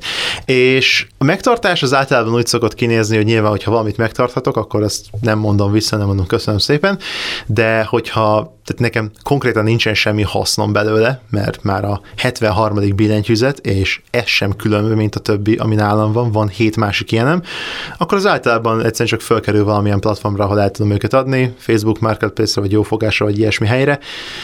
És a megtartás az általában úgy szokott kinézni, hogy nyilván, hogyha valamit megtarthatok, akkor ezt nem mondom vissza, nem mondom köszönöm szépen, de hogyha tehát nekem konkrétan nincsen semmi hasznom belőle, mert már a hetvenharmadik billentyűzet, és ez sem különböző, mint a többi, ami nálam van, van hét másik ilyenem, akkor az általában egyszerűen csak fölkerül valamilyen platformra, ahol el tudom őket adni, Facebook Marketplace-re, vagy Jófogásra, vagy ilyesmi helyre,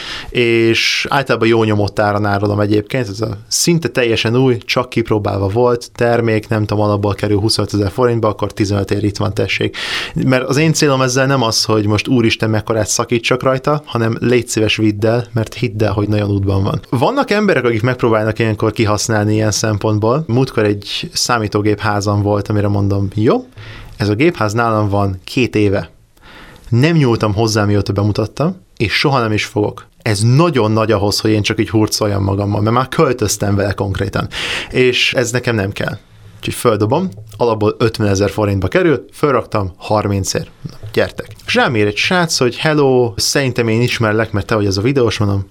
és általában jó nyomott áron árulom egyébként, ez a szinte teljesen új, csak kipróbálva volt, termék, nem tudom, alapból kerül huszonötezer forintba, akkor tizenöt ér itt van, tessék. Mert az én célom ezzel nem az, hogy most úristen mekkorát szakítsak rajta, hanem légy szíves, vidd el, mert hidd el, hogy nagyon útban van. Vannak emberek, akik megpróbálnak ilyenkor kihasználni ilyen szempontból. Múltkor egy számítógép házam volt, amire mondom, jó, ez a gépház nálam van két éve. Nem nyúltam hozzá, mióta bemutattam, és soha nem is fogok. Ez nagyon nagy ahhoz, hogy én csak így hurcoljam magammal, mert már költöztem vele konkrétan. És ez nekem nem kell. Úgyhogy földobom, alapból ötvenezer forintba kerül, fölraktam harmincért. Na, gyertek. És rám ír egy srác, hogy hello, szerintem én ismerlek, mert te vagy ez a videós, mondom.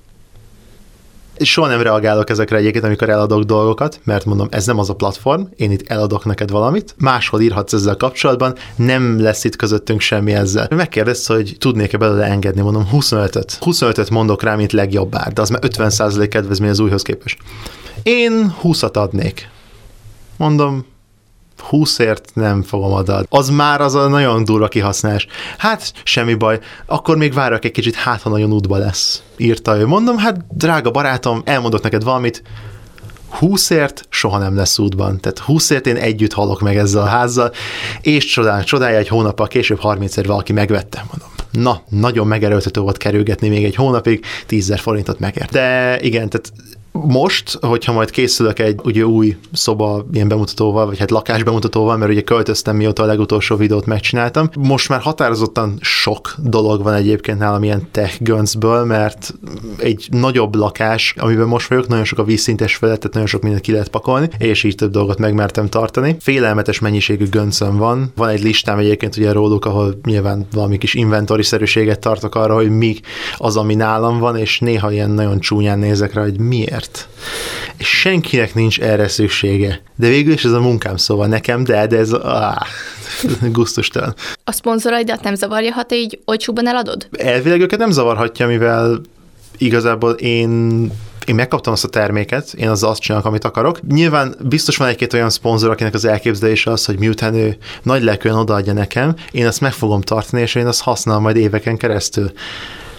És soha nem reagálok ezekre egyébként, amikor eladok dolgokat, mert mondom, ez nem az a platform, én itt eladok neked valamit, máshol írhatsz ezzel kapcsolatban, nem lesz itt közöttünk semmi ezzel. Megkérdezte, hogy tudnék-e belőle engedni, mondom, huszonötöt. huszonötöt mondok rá, mint legjobb ár, de az már ötven százalék kedvezmény az újhoz képest. Én húszat adnék. Mondom, húszért nem fogom odaadni. Az már az a nagyon durva kihasználás. Hát, semmi baj, akkor még várok egy kicsit, hát ha nagyon útba lesz. Írta ő. Mondom, hát drága barátom, elmondok neked valamit, húszért soha nem lesz útban. Tehát húszért én együtt halok meg ezzel a házzal, és csodál, csodálja, egy hónappal később harmincért valaki megvette, mondom. Na, nagyon megerőltető volt kerülgetni még egy hónapig, tízezer forintot megért. De igen, tehát most, hogyha majd készülök egy ugye új szoba ilyen bemutatóval, vagy hát lakás bemutatóval, mert ugye költöztem, mióta a legutolsó videót megcsináltam. Most már határozottan sok dolog van egyébként nálam ilyen tech göncből, mert egy nagyobb lakás, amiben most vagyok, nagyon sok a vízszintes felett, tehát nagyon sok mindent ki lehet pakolni, és így több dolgot megmertem tartani. Félelmetes mennyiségű göncöm van. Van egy listám egyébként ugye róluk, ahol nyilván valami kis inventory-szerűséget tartok arra, hogy mi az, ami nálam van, és néha ilyen nagyon csúnyán nézek rá, hogy miért. És senkinek nincs erre szüksége. De végül is ez a munkám, szóval nekem, de, de ez áh, gusztustalan. A szponzoraidat nem zavarja, ha te így olcsóban eladod? Elvileg őket nem zavarhatja, mivel igazából én én megkaptam azt a terméket, én azzal azt csinálok, amit akarok. Nyilván biztos van egy-két olyan szponzor, akinek az elképzelése az, hogy miután ő nagy lelkűen odaadja nekem, én ezt meg fogom tartani, és én azt használom majd éveken keresztül.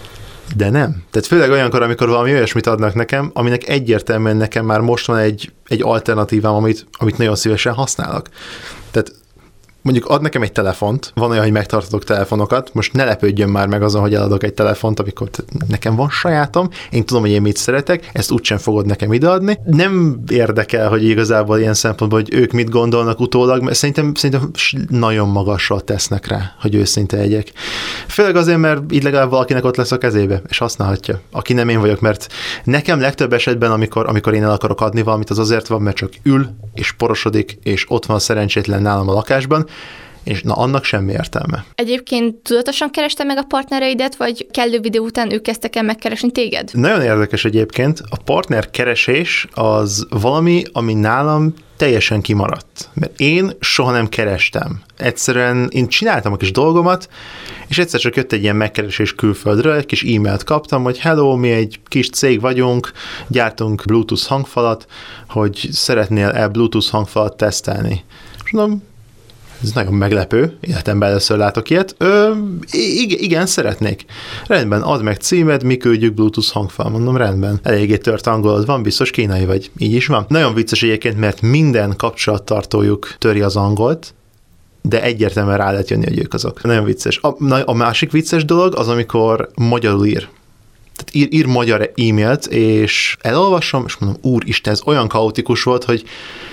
De nem. Tehát főleg olyankor, amikor valami olyasmit adnak nekem, aminek egyértelműen nekem már most van egy, egy alternatívám, amit, amit nagyon szívesen használok. Tehát mondjuk ad nekem egy telefont, van olyan, hogy megtartatok telefonokat, most ne lepődjön már meg azon, hogy eladok egy telefont, amikor nekem van sajátom, én tudom, hogy én mit szeretek, ezt úgysem fogod nekem ideadni. Nem érdekel, hogy igazából ilyen szempontból, hogy ők mit gondolnak utólag, mert szerintem, szerintem nagyon magasra tesznek rá, hogy őszinte legyek. Főleg azért, mert így legalább valakinek ott lesz a kezébe, és használhatja. Aki nem én vagyok, mert nekem legtöbb esetben, amikor, amikor én el akarok adni valamit, az azért van, mert csak ül, és porosodik, és ott van a szerencsétlen nálam a lakásban, és na, annak semmi értelme. Egyébként tudatosan kerested meg a partnereidet, vagy kellő videó után ők kezdtek el megkeresni téged? Nagyon érdekes egyébként, a partner keresés az valami, ami nálam teljesen kimaradt. Mert én soha nem kerestem. Egyszerűen én csináltam a kis dolgomat, és egyszer csak jött egy ilyen megkeresés külföldről, egy kis e-mailt kaptam, hogy hello, mi egy kis cég vagyunk, gyártunk Bluetooth hangfalat, hogy szeretnél-e Bluetooth hangfalat tesztelni. És mondom, ez nagyon meglepő, életemben először látok ilyet. Ö, igen, igen, szeretnék. Rendben, add meg címed, mi küldjük Bluetooth hangfal. Mondom, rendben. Eléggé tört angolod van, biztos kínai vagy. Így is van. Nagyon vicces egyébként, mert minden kapcsolattartójuk töri az angolt, de egyértelműen rá lehet jönni, hogy ők azok. Nagyon vicces. A, a másik vicces dolog az, amikor magyarul ír. Tehát ír, ír magyar e-mailt, és elolvasom, és mondom, úristen, ez olyan kaotikus volt, hogy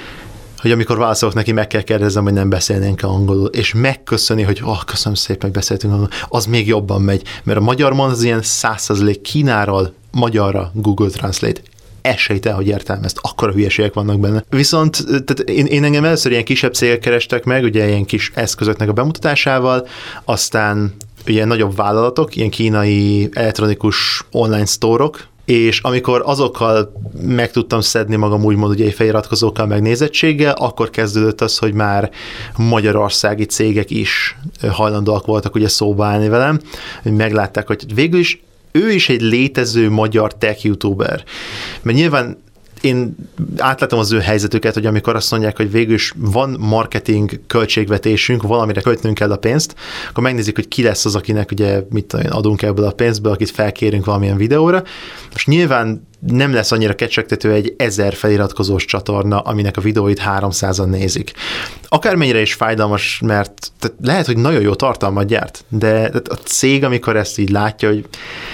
hogy amikor válaszolok neki, meg kell kérdezem, hogy nem beszélnénk angolul, és megköszöni, hogy oh, köszönöm szépen, hogy beszéltünk angolul, az még jobban megy, mert a magyar mond az ilyen száz százalék Kínáról magyarra Google Translate. Esélytel, hogy értelmezt, akkora hülyeségek vannak benne. Viszont tehát én, én engem először ilyen kisebb cégek kerestek meg, ugye ilyen kis eszközöknek a bemutatásával, aztán ugye nagyobb vállalatok, ilyen kínai elektronikus online sztórok, és amikor azokkal meg tudtam szedni magam úgymond ugye feliratkozókkal, meg nézettséggel, akkor kezdődött az, hogy már magyarországi cégek is hajlandóak voltak ugye szóba állni velem, hogy meglátták, hogy végül is ő is egy létező magyar tech youtuber. Mert nyilván én átlátom az ő helyzetüket, hogy amikor azt mondják, hogy végül is van marketing költségvetésünk, valamire költnünk kell a pénzt, akkor megnézik, hogy ki lesz az, akinek ugye mit tudom, adunk ebből a pénzből, akit felkérünk valamilyen videóra. Most nyilván nem lesz annyira kecsegtető egy ezer feliratkozós csatorna, aminek a videóit háromszázan nézik. Akármennyire is fájdalmas, mert lehet, hogy nagyon jó tartalmat gyárt, de a cég, amikor ezt így látja, hogy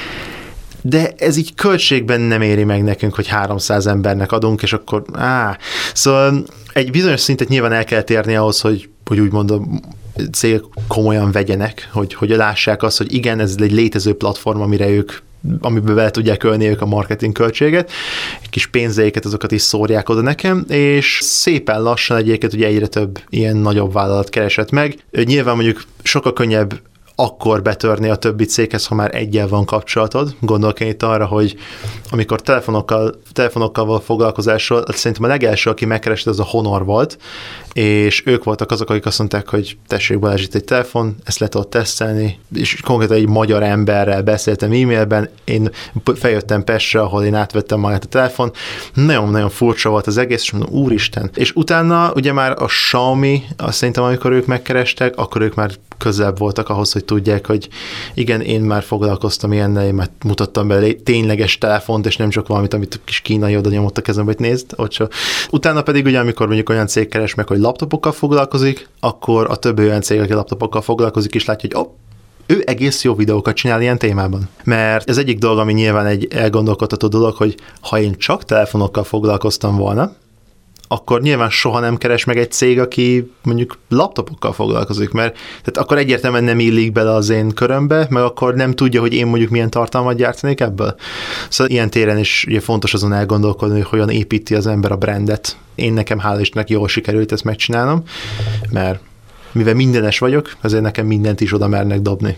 de ez így költségben nem éri meg nekünk, hogy háromszáz embernek adunk, és akkor á. Szóval egy bizonyos szintet nyilván el kell térni ahhoz, hogy, hogy úgymond a cégek komolyan vegyenek, hogy, hogy lássák azt, hogy igen, ez egy létező platform, amire ők amiből bele tudják ölni ők a marketing költséget, kis pénzeiket, azokat is szórják oda nekem, és szépen lassan egyébként ugye egyre több ilyen nagyobb vállalat keresett meg. Nyilván mondjuk sokkal könnyebb akkor betörni a többi céghez, ha már egyel van kapcsolatod. Gondolok én itt arra, hogy amikor telefonokkal, telefonokkal való foglalkozásról, szerintem a legelső, aki megkeresett, az a Honor volt, és ők voltak azok, akik azt mondták, hogy tessék, Balázs, itt egy telefon, ezt le tudod tesztelni, és konkrétan egy magyar emberrel beszéltem e-mailben, én feljöttem Pestre, ahol én átvettem magát a telefon, nagyon-nagyon furcsa volt az egész, és mondom, úristen. És utána ugye már a Xiaomi, azt szerintem, amikor ők megkerestek, akkor ők már közelebb voltak ahhoz, hogy tudják, hogy igen, én már foglalkoztam ilyennel, én már mutattam be tényleges telefont, és nem csak valamit, amit a kis kínai oda nyomott a kezembe, hogy nézd, ott so. Utána pedig ugye, amikor mondjuk olyan cég keres meg, hogy laptopokkal foglalkozik, akkor a többi olyan cég, aki laptopokkal foglalkozik, és látja, hogy oh, ő egész jó videókat csinál ilyen témában. Mert ez egyik dolog, ami nyilván egy elgondolkodható dolog, hogy ha én csak telefonokkal foglalkoztam volna, akkor nyilván soha nem keres meg egy cég, aki mondjuk laptopokkal foglalkozik, mert tehát akkor egyértelműen nem illik bele az én körömbe, meg akkor nem tudja, hogy én mondjuk milyen tartalmat gyártanék ebből. Szóval ilyen téren is ugye fontos azon elgondolkodni, hogy hogyan építi az ember a brandet. Én nekem hál' Istennek jól sikerült ezt megcsinálnom, mert mivel mindenes vagyok, ezért nekem mindent is oda mernek dobni.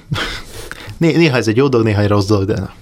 Néha ez egy jó dolog, néha egy rossz dolog, de nem.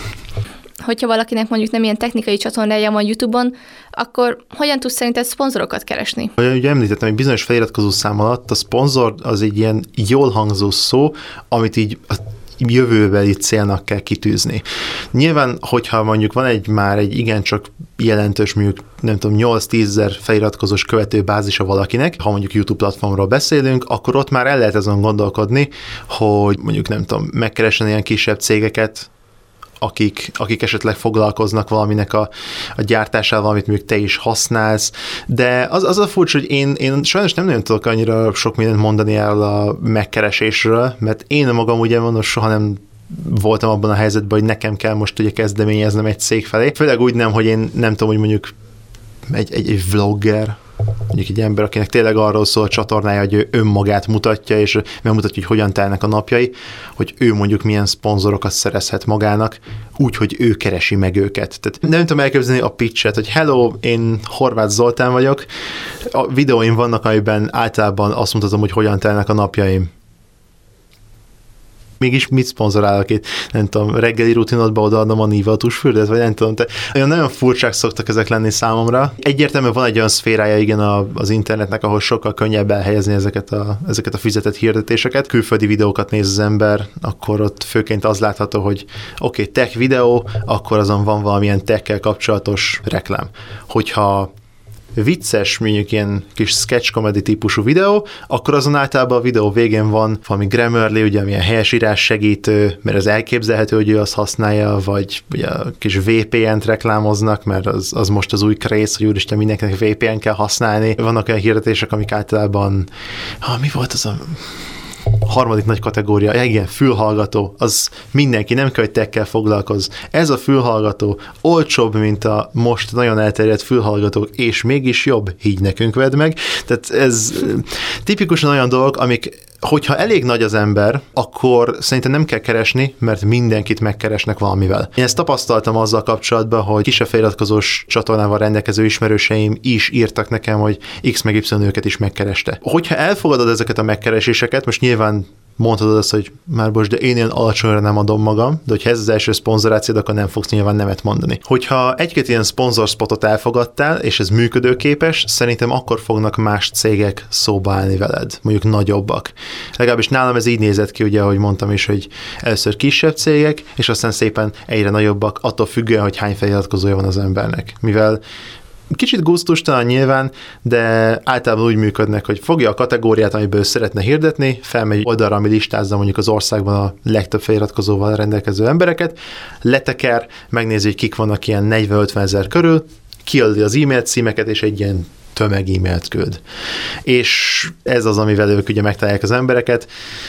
Hogyha valakinek mondjuk nem ilyen technikai csatornája van YouTube-on, akkor hogyan tudsz szerinted szponzorokat keresni? Ugye említettem, hogy bizonyos feliratkozó szám alatt a szponzor az egy ilyen jól hangzó szó, amit így a jövőbeli célnak kell kitűzni. Nyilván, hogyha mondjuk van egy már egy igencsak jelentős, mondjuk nem tudom, nyolc-tízezer feliratkozós követőbázisa valakinek, ha mondjuk YouTube platformról beszélünk, akkor ott már el lehet azon gondolkodni, hogy mondjuk nem tudom, megkeresen ilyen kisebb cégeket, akik, akik esetleg foglalkoznak valaminek a, a gyártásával, amit mondjuk te is használsz, de az, az a furcsa, hogy én, én sajnos nem nagyon tudok annyira sok mindent mondani el a megkeresésről, mert én magam ugye mondom, soha nem voltam abban a helyzetben, hogy nekem kell most ugye kezdeményeznem egy cég felé. Főleg úgy nem, hogy én nem tudom, hogy mondjuk egy, egy, egy vlogger, mondjuk egy ember, akinek tényleg arról szól a csatornája, hogy ő önmagát mutatja, és megmutatja, hogy hogyan telnek a napjai, hogy ő mondjuk milyen szponzorokat szerezhet magának, úgy, hogy ő keresi meg őket. Tehát nem tudom elképzelni a pitchet, hogy hello, én Horváth Zoltán vagyok, a videóim vannak, amiben általában azt mutatom, hogy hogyan telnek a napjaim. Mégis mit szponzorálok itt? Nem tudom, reggeli rutinodba odaadom a Niva tusfürdet, vagy nem tudom, te olyan nagyon furcsák szoktak ezek lenni számomra. Egyértelműen van egy olyan szférája, igen, a, az internetnek, ahol sokkal könnyebb elhelyezni ezeket a, ezeket a fizetett hirdetéseket. Külföldi videókat néz az ember, akkor ott főként az látható, hogy oké, okay, tech videó, akkor azon van valamilyen tech-kel kapcsolatos reklám. Hogyha vicces, mondjuk ilyen kis sketch comedy típusú videó, akkor azon általában a videó végén van valami Grammarly, ugye milyen helyesírás segítő, mert az elképzelhető, hogy ő azt használja, vagy ugye a kis vé pé en-t reklámoznak, mert az, az most az új krész, hogy úristen, mindenkinek vé pé en kell használni. Vannak olyan hirdetések, amik általában, ha mi volt az a harmadik nagy kategória, igen, fülhallgató, az mindenki, nem kell, hogy tekkel foglalkozz. Ez a fülhallgató olcsóbb, mint a most nagyon elterjedt fülhallgatók, és mégis jobb, higgy nekünk, vedd meg. Tehát ez tipikusan olyan dolgok, amik, hogyha elég nagy az ember, akkor szerintem nem kell keresni, mert mindenkit megkeresnek valamivel. Én ezt tapasztaltam azzal kapcsolatban, hogy kisebb feliratkozós csatornával rendelkező ismerőseim is írtak nekem, hogy X meg Y őket is megkereste. Hogyha elfogadod ezeket a megkereséseket, most nyilván mondhatod azt, hogy már most, de én ilyen alacsonyra nem adom magam, de hogyha ez az első szponzorációd, akkor nem fogsz nyilván nemet mondani. Hogyha egy-két ilyen szponzorspotot elfogadtál, és ez működőképes, szerintem akkor fognak más cégek szóba állni veled, mondjuk nagyobbak. Legalábbis nálam ez így nézett ki, ugye, ahogy mondtam is, hogy először kisebb cégek, és aztán szépen egyre nagyobbak, attól függően, hogy hány feliratkozója van az embernek. Mivel kicsit gusztustalan nyilván, de általában úgy működnek, hogy fogja a kategóriát, amiből szeretne hirdetni, felmegy oldalra, ami listázza mondjuk az országban a legtöbb feliratkozóval rendelkező embereket, leteker, megnézi, hogy kik vannak ilyen negyven-ötven ezer körül, kiadja az e-mail címeket, és egy ilyen tömeg e-mailt küld. És ez az, amivel ők ugye megtalálják az embereket.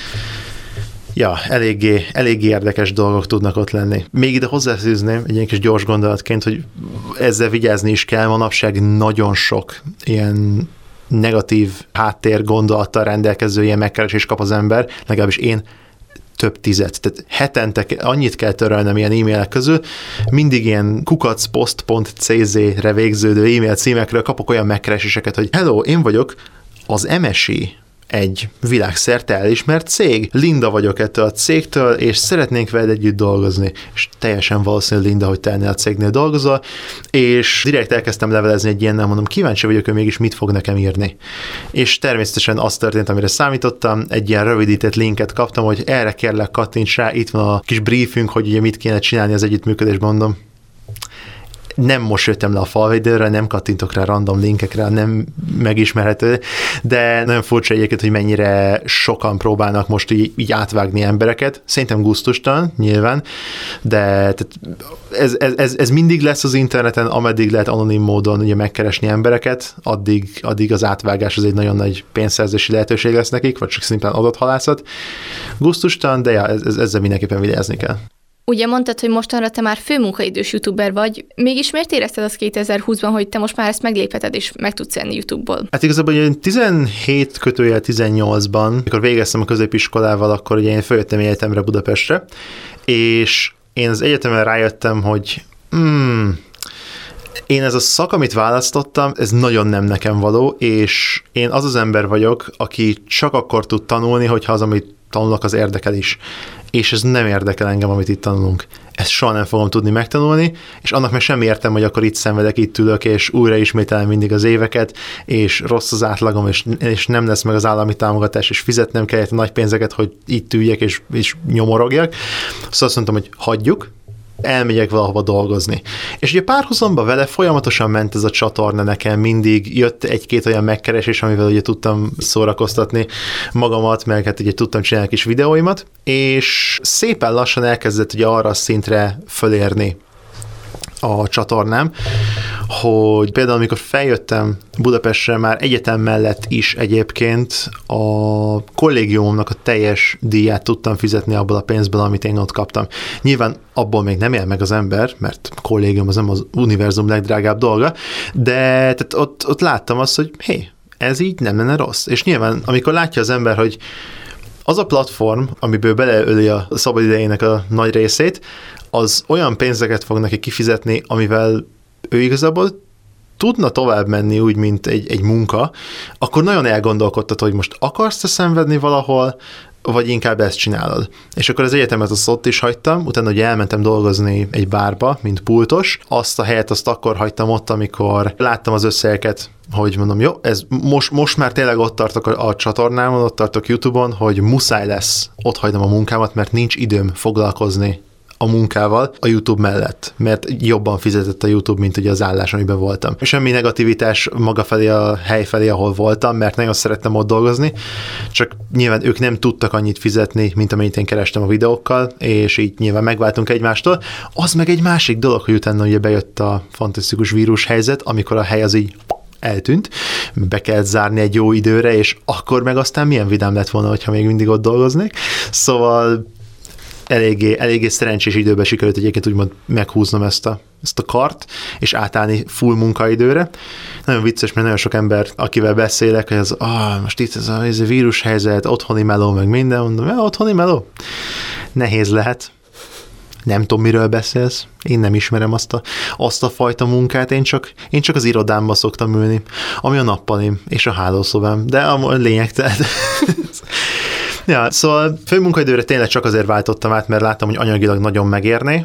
Ja, eléggé, eléggé érdekes dolgok tudnak ott lenni. Még ide hozzáfűzném egy ilyen kis gyors gondolatként, hogy ezzel vigyázni is kell, manapság nagyon sok ilyen negatív háttér gondolattal rendelkező ilyen megkeresés kap az ember, legalábbis én több tizet. Tehát hetente annyit kell törölnem ilyen e-mailek közül, mindig ilyen kukacpost pont cé zé-re végződő e-mail címekről kapok olyan megkereséseket, hogy hello, én vagyok az em es i, egy világszerte elismert cég. Linda vagyok ettől a cégtől, és szeretnénk veled együtt dolgozni. És teljesen valószínű, Linda, hogy te ennél a cégnél dolgozol, és direkt elkezdtem levelezni egy ilyennel, mondom, kíváncsi vagyok, hogy mégis mit fog nekem írni. És természetesen az történt, amire számítottam, egy ilyen rövidített linket kaptam, hogy erre kérlek, kattints rá, itt van a kis briefünk, hogy ugye mit kéne csinálni az együttműködésben, mondom. Nem most jöttem le a falvédőre, nem kattintok rá random linkekre, nem megismerhető, de nagyon furcsa egyébként, hogy mennyire sokan próbálnak most így, így átvágni embereket. Szerintem gusztustalan, nyilván, de ez, ez, ez, ez mindig lesz az interneten, ameddig lehet anonim módon ugye megkeresni embereket, addig, addig az átvágás az egy nagyon nagy pénzszerzési lehetőség lesz nekik, vagy csak szimplán adathalászat. Gusztustalan, de ja, ez, ez, ezzel mindenképpen vigyázni kell. Ugye mondtad, hogy mostanra te már főmunkaidős youtuber vagy, mégis miért érezted azt kétezer-húszban, hogy te most már ezt meglépheted és meg tudsz enni YouTube-ból? Hát igazából én tizenhét kötőjel tizennyolcban, amikor végeztem a középiskolával, akkor ugye én följöttem egyetemre Budapestre, és én az egyetemen rájöttem, hogy hmm, én ez a szak, amit választottam, ez nagyon nem nekem való, és én az az ember vagyok, aki csak akkor tud tanulni, hogyha az, amit tanulok, az érdekel is. És ez nem érdekel engem, amit itt tanulunk. Ezt soha nem fogom tudni megtanulni, és annak meg sem értem, hogy akkor itt szenvedek, itt ülök, és újra ismételem mindig az éveket, és rossz az átlagom, és, és nem lesz meg az állami támogatás, és fizetnem kell a nagy pénzeket, hogy itt üljek, és, és nyomorogjak. Szóval azt mondtam, hogy hagyjuk, elmegyek valahova dolgozni. És ugye párhuzamban vele folyamatosan ment ez a csatorna nekem, mindig jött egy-két olyan megkeresés, amivel ugye tudtam szórakoztatni magamat, meg hát ugye tudtam csinálni kis videóimat, és szépen lassan elkezdett ugye arra a szintre fölérni a csatornám, hogy például amikor feljöttem Budapestre, már egyetem mellett is egyébként a kollégiumomnak a teljes díját tudtam fizetni abból a pénzből, amit én ott kaptam. Nyilván abból még nem él meg az ember, mert kollégium az nem az univerzum legdrágább dolga, de tehát ott, ott láttam azt, hogy hé, ez így nem lenne rossz. És nyilván, amikor látja az ember, hogy az a platform, amiből beleöli a szabadidejének a nagy részét, az olyan pénzeket fog neki kifizetni, amivel ő igazából tudna tovább menni úgy, mint egy, egy munka, akkor nagyon elgondolkodtat, hogy most akarsz-e szenvedni valahol, vagy inkább ezt csinálod. És akkor az egyetemet azt ott is hagytam, utána ugye elmentem dolgozni egy bárba, mint pultos. Azt a helyet azt akkor hagytam ott, amikor láttam az összegeket, hogy mondom, jó, ez most, most már tényleg ott tartok a, a csatornámon, ott tartok YouTube-on, hogy muszáj lesz ott hagynom a munkámat, mert nincs időm foglalkozni a munkával a YouTube mellett, mert jobban fizetett a YouTube, mint ugye az állás, amiben voltam. Semmi negativitás maga felé a hely felé, ahol voltam, mert nagyon szerettem ott dolgozni, csak nyilván ők nem tudtak annyit fizetni, mint amennyit én kerestem a videókkal, és így nyilván megváltunk egymástól. Az meg egy másik dolog, hogy utána ugye bejött a fantasztikus vírus helyzet, amikor a hely az így eltűnt, be kellett zárni egy jó időre, és akkor meg aztán milyen vidám lett volna, hogyha még mindig ott dolgoznék. Szóval eléggé, eléggé szerencsés időben sikerült egyébként úgymond meghúznom ezt a, ezt a kart, és átállni full munkaidőre. Nagyon vicces, mert nagyon sok ember, akivel beszélek, hogy az, ah, most itt ez a, ez a vírushelyzet, otthoni meló, meg minden, mondom, ja, otthoni meló? Nehéz lehet. Nem tudom, miről beszélsz. Én nem ismerem azt a, azt a fajta munkát, én csak, én csak az irodámba szoktam ülni, ami a nappalim és a hálószobám, de a lényegtelen. Ja, szóval főmunkaidőre tényleg csak azért váltottam át, mert láttam, hogy anyagilag nagyon megérné,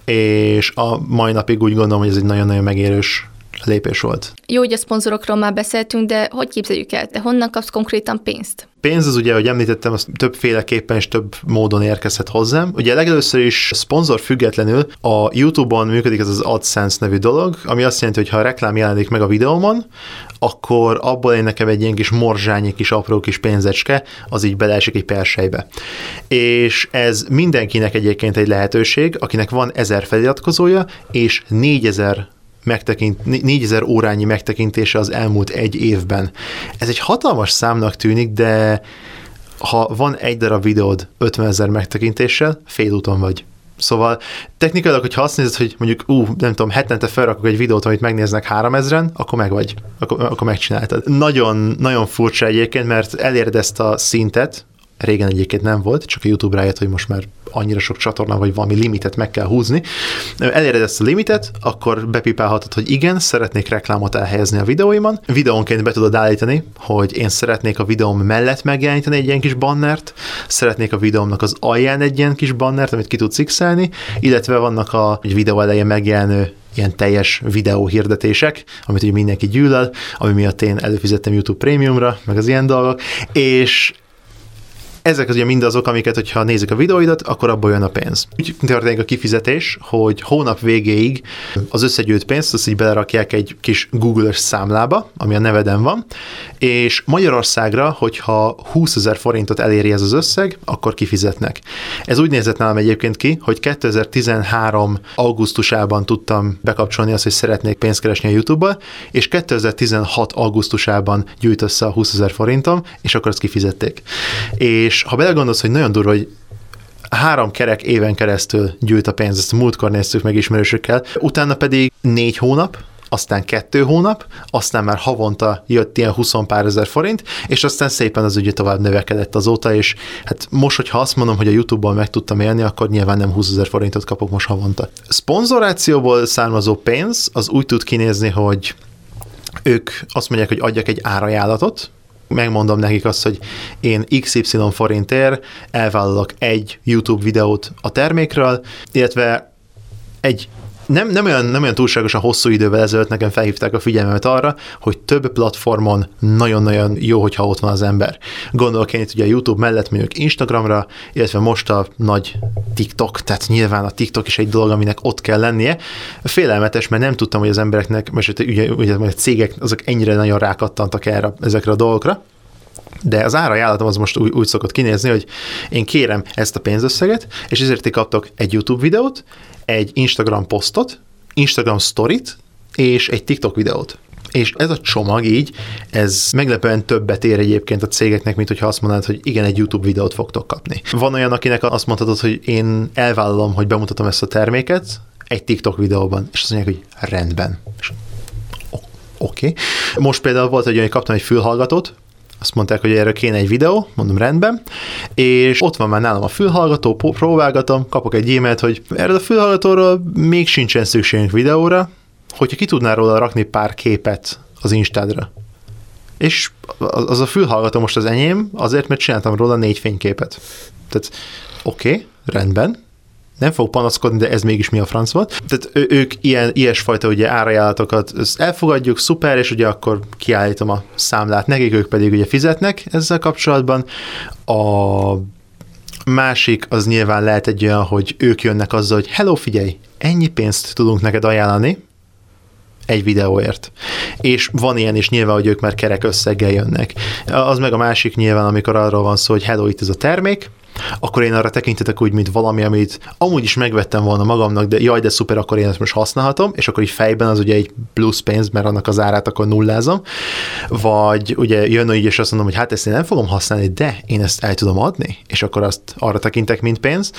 és a mai napig úgy gondolom, hogy ez egy nagyon-nagyon megérős lépés volt. Jó, hogy a szponzorokról már beszéltünk, de hogy képzeljük el? De honnan kapsz konkrétan pénzt? Pénz az ugye, ahogy említettem, az többféleképpen és több módon érkezhet hozzám. Ugye legelőször is szponzor függetlenül a YouTube-on működik ez az AdSense nevű dolog, ami azt jelenti, hogy ha a reklám jelenik meg a videómon, akkor abból én nekem egy ilyen kis morzsányi kis apró kis pénzecske, az így beleesik egy persejbe. És ez mindenkinek egyébként egy lehetőség, akinek van ezer feliratkozója, és négyezer megtekint, négyezer órányi megtekintése az elmúlt egy évben. Ez egy hatalmas számnak tűnik, de ha van egy darab videód ötvenezer megtekintéssel, félúton vagy. Szóval technikailag, hogyha azt nézed, hogy mondjuk, ú, nem tudom, hetente felrakok egy videót, amit megnéznek háromezren, akkor meg vagy, akkor, akkor megcsináltad. Nagyon, nagyon furcsa egyébként, mert eléred ezt a szintet, régen egyébként nem volt, csak a YouTube rájött, hogy most már annyira sok csatorna, vagy valami limitet meg kell húzni. Eléred ezt a limitet, akkor bepipálhatod, hogy igen, szeretnék reklámot elhelyezni a videóimon. Videónként be tudod állítani, hogy én szeretnék a videóm mellett megjeleníteni egy ilyen kis bannert, szeretnék a videómnak az alján egy ilyen kis bannert, amit ki tudsz x-elni, illetve vannak a egy videó elején megjelenő ilyen teljes videó hirdetések, amit ugye mindenki gyűlöl, ami miatt én előfizettem YouTube Premiumra, meg az ilyen dolgok, és ezek az ugye mind azok, amiket, hogyha nézik a videóidat, akkor abból jön a pénz. Úgy történik a kifizetés, hogy hónap végéig az összegyűjt pénzt, azt így belerakják egy kis Google-ös számlába, ami a neveden van, és Magyarországra, hogyha húszezer forintot eléri ez az összeg, akkor kifizetnek. Ez úgy nézett nálam egyébként ki, hogy kétezer-tizenhárom augusztusában tudtam bekapcsolni azt, hogy szeretnék pénzt keresni a YouTube-ból, és kétezer-tizenhat augusztusában gyűjt össze a húszezer forintom, és akkor azt kifizették. És És ha belegondolsz, hogy nagyon durva, hogy három kerek éven keresztül gyűjt a pénz, ezt múltkor néztük meg ismerősökkel, utána pedig négy hónap, aztán kettő hónap, aztán már havonta jött ilyen húsz pár ezer forint, és aztán szépen az ugye tovább növekedett azóta, és hát most, hogyha azt mondom, hogy a YouTube-ból meg tudtam élni, akkor nyilván nem húszezer forintot kapok most havonta. Szponzorációból származó pénz az úgy tud kinézni, hogy ők azt mondják, hogy adjak egy árajánlatot, megmondom nekik azt, hogy én iksz ipszilon forintért elvállalok egy YouTube videót a termékről, illetve egy nem, nem, olyan, nem olyan túlságosan hosszú idővel ezelőtt nekem felhívták a figyelmemet arra, hogy több platformon nagyon-nagyon jó, hogyha ott van az ember. Gondolok én itt ugye a YouTube mellett mondjuk Instagramra, illetve most a nagy TikTok, tehát nyilván a TikTok is egy dolog, aminek ott kell lennie. Félelmetes, mert nem tudtam, hogy az embereknek, most ugye, ugye a cégek azok ennyire nagyon rákattantak erre, ezekre a dolgokra, de az árajánlatom az most úgy, úgy szokott kinézni, hogy én kérem ezt a pénzösszeget, és ezért ti kaptok egy YouTube videót, egy Instagram posztot, Instagram sztorit, és egy TikTok videót. És ez a csomag így, ez meglepően többet ér egyébként a cégeknek, mint hogyha azt mondanád, hogy igen, egy YouTube videót fogtok kapni. Van olyan, akinek azt mondhatod, hogy én elvállalom, hogy bemutatom ezt a terméket egy TikTok videóban, és azt mondják, hogy rendben. Oké. Okay. Most például volt egy olyan, hogy kaptam egy fülhallgatót, azt mondták, hogy erről kéne egy videó, mondom rendben, és ott van már nálam a fülhallgató, próbálgatom, kapok egy e-mailt, hogy erről a fülhallgatóról még sincsen szükségünk videóra, hogyha ki tudnál róla rakni pár képet az Instádra. És az a fülhallgató most az enyém, azért, mert csináltam róla négy fényképet. Tehát oké, okay, rendben, nem fog panaszkodni, de ez mégis mi a franc volt. Tehát ők ilyen, ilyesfajta ugye árajánlatokat elfogadjuk, szuper, és ugye akkor kiállítom a számlát nekik, ők pedig ugye fizetnek ezzel kapcsolatban. A másik az nyilván lehet egy olyan, hogy ők jönnek azzal, hogy hello, figyelj, ennyi pénzt tudunk neked ajánlani egy videóért. És van ilyen is nyilván, hogy ők már kerek összeggel jönnek. Az meg a másik nyilván, amikor arról van szó, hogy hello, itt ez a termék, akkor én arra tekintetek úgy, mint valami, amit amúgy is megvettem volna magamnak, de jaj, de szuper, akkor én ezt most használhatom, és akkor így fejben az ugye egy plusz pénz, mert annak az árát akkor nullázom, vagy ugye jön így, és azt mondom, hogy hát ezt én nem fogom használni, de én ezt el tudom adni, és akkor azt arra tekintek, mint pénz.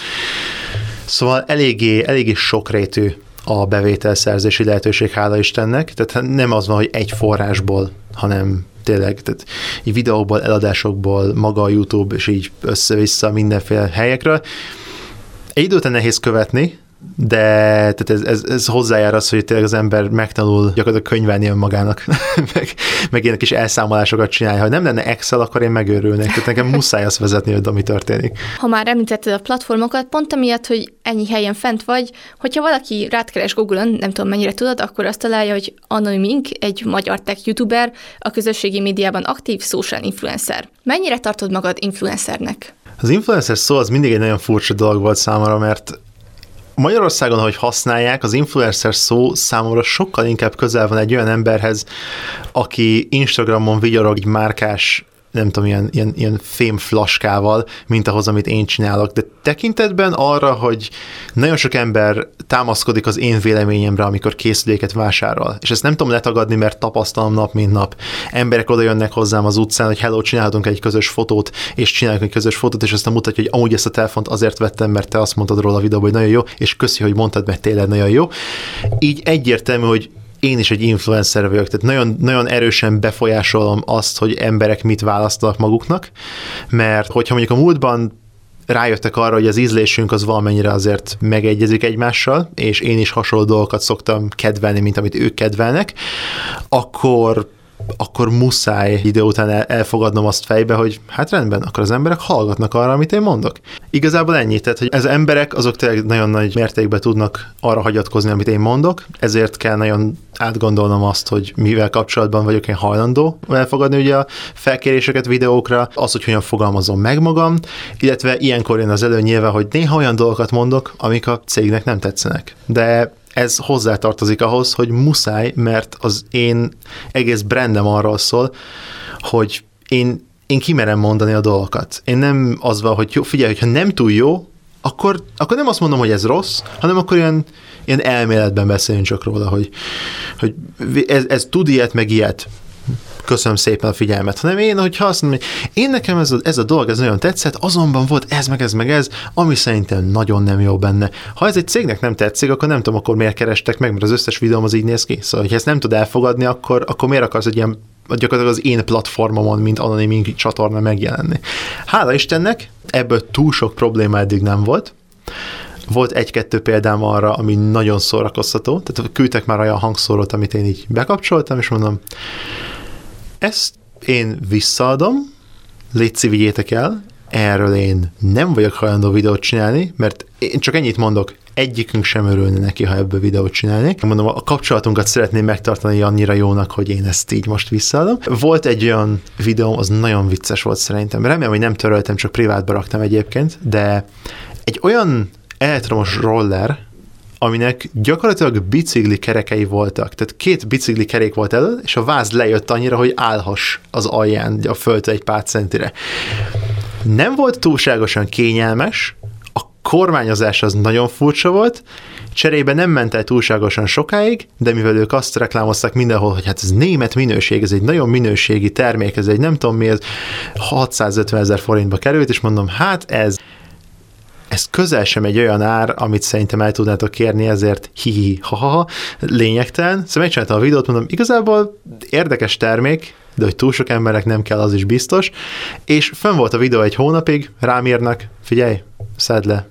Szóval eléggé, eléggé sokrétű a bevételszerzési lehetőség, hála Istennek, tehát nem az van, hogy egy forrásból, hanem tényleg, tehát így videókból, eladásokból, maga a YouTube, és így össze-vissza mindenféle helyekről. Egy idő után nehéz követni, de tehát ez, ez, ez hozzájár az, hogy tényleg az ember megtanul gyakorlatilag könyvelni önmagának, meg, meg ilyen kis elszámolásokat csinálja. Ha nem lenne Excel, akkor én megőrülnék, tehát nekem muszáj azt vezetni, hogy ami történik. Ha már említetted a platformokat, pont amiatt, hogy ennyi helyen fent vagy, hogyha valaki rád keres Google-on, nem tudom mennyire tudod, akkor azt találja, hogy Anonymink, egy magyar tech youtuber, a közösségi médiában aktív social influencer. Mennyire tartod magad influencernek? Az influencer szó az mindig egy nagyon furcsa dolog volt számomra, mert Magyarországon, ahogy használják, az influencer szó számomra sokkal inkább közel van egy olyan emberhez, aki Instagramon vigyorog egy márkás, nem tudom, ilyen, ilyen, ilyen fémflaskával, mint ahhoz, amit én csinálok. De tekintetben arra, hogy nagyon sok ember támaszkodik az én véleményemre, amikor készüléket vásárol. És ezt nem tudom letagadni, mert tapasztalom nap, mint nap. Emberek oda jönnek hozzám az utcán, hogy hello, csinálhatunk egy közös fotót, és csinálunk egy közös fotót, és aztán mutatja, hogy amúgy ezt a telefont azért vettem, mert te azt mondtad róla a videóban, hogy nagyon jó, és köszi, hogy mondtad, mert tényleg nagyon jó. Így egyértelmű, hogy én is egy influencer vagyok, tehát nagyon, nagyon erősen befolyásolom azt, hogy emberek mit választanak maguknak, mert hogyha mondjuk a múltban rájöttek arra, hogy az ízlésünk az valamennyire azért megegyezik egymással, és én is hasonló dolgokat szoktam kedvelni, mint amit ők kedvelnek, akkor akkor muszáj idő után elfogadnom azt fejbe, hogy hát rendben, akkor az emberek hallgatnak arra, amit én mondok. Igazából ennyi, tehát hogy ez emberek azok tényleg nagyon nagy mértékben tudnak arra hagyatkozni, amit én mondok, ezért kell nagyon átgondolnom azt, hogy mivel kapcsolatban vagyok én hajlandó elfogadni ugye a felkéréseket videókra, az, hogy hogyan fogalmazom meg magam, illetve ilyenkor jön az elő nyilván, hogy néha olyan dolgokat mondok, amik a cégnek nem tetszenek. De ez hozzátartozik ahhoz, hogy muszáj, mert az én egész brandem arról szól, hogy én, én kimerem mondani a dolgokat. Én nem az van, hogy jó, figyelj, hogyha nem túl jó, akkor, akkor nem azt mondom, hogy ez rossz, hanem akkor ilyen, ilyen elméletben beszélünk csak róla, hogy, hogy ez, ez tud ilyet, meg ilyet. Köszönöm szépen a figyelmet. Hanem én, hogyha azt mondom, hogy én nekem ez a, ez a dolog, ez nagyon tetszett, azonban volt ez, meg ez, meg ez, ami szerintem nagyon nem jó benne. Ha ez egy cégnek nem tetszik, akkor nem tudom, akkor miért kerestek meg, mert az összes videóm az így néz ki. Szóval, ha ezt nem tud elfogadni, akkor, akkor miért akarsz egy ilyen, gyakorlatilag az én platformomon, mint Anonymink csatorna megjelenni. Hála Istennek, ebből túl sok probléma eddig nem volt. Volt egy-kettő példám arra, ami nagyon szórakoztató, tehát küldtek már olyan hangszórót, amit én így bekapcsoltam, és mondom, ezt én visszaadom, légy szív, vigyétek el, erről én nem vagyok hajlandó videót csinálni, mert én csak ennyit mondok, egyikünk sem örülne neki, ha ebből videót csinálnék. Mondom, a kapcsolatunkat szeretném megtartani annyira jónak, hogy én ezt így most visszaadom. Volt egy olyan videóm, az nagyon vicces volt szerintem. Remélem, hogy nem töröltem, csak privátba raktam egyébként, de egy olyan elektromos roller, aminek gyakorlatilag bicikli kerekei voltak. Tehát két bicikli kerék volt elő, és a váz lejött annyira, hogy állhass az alján, a földtől egy pár centire. Nem volt túlságosan kényelmes, a kormányozás az nagyon furcsa volt, cserébe nem ment el túlságosan sokáig, de mivel ők azt reklámozták mindenhol, hogy hát ez német minőség, ez egy nagyon minőségi termék, ez egy nem tudom mi, ez hatszázötven ezer forintba került, és mondom, hát ez ez közel sem egy olyan ár, amit szerintem el tudnátok kérni, ezért hi-hi, ha-ha-ha, lényegtelen. Szóval megcsináltam a videót, mondom, igazából érdekes termék, de hogy túl sok embernek nem kell, az is biztos, és fönn volt a videó egy hónapig, rám írnak, figyelj, szedd le.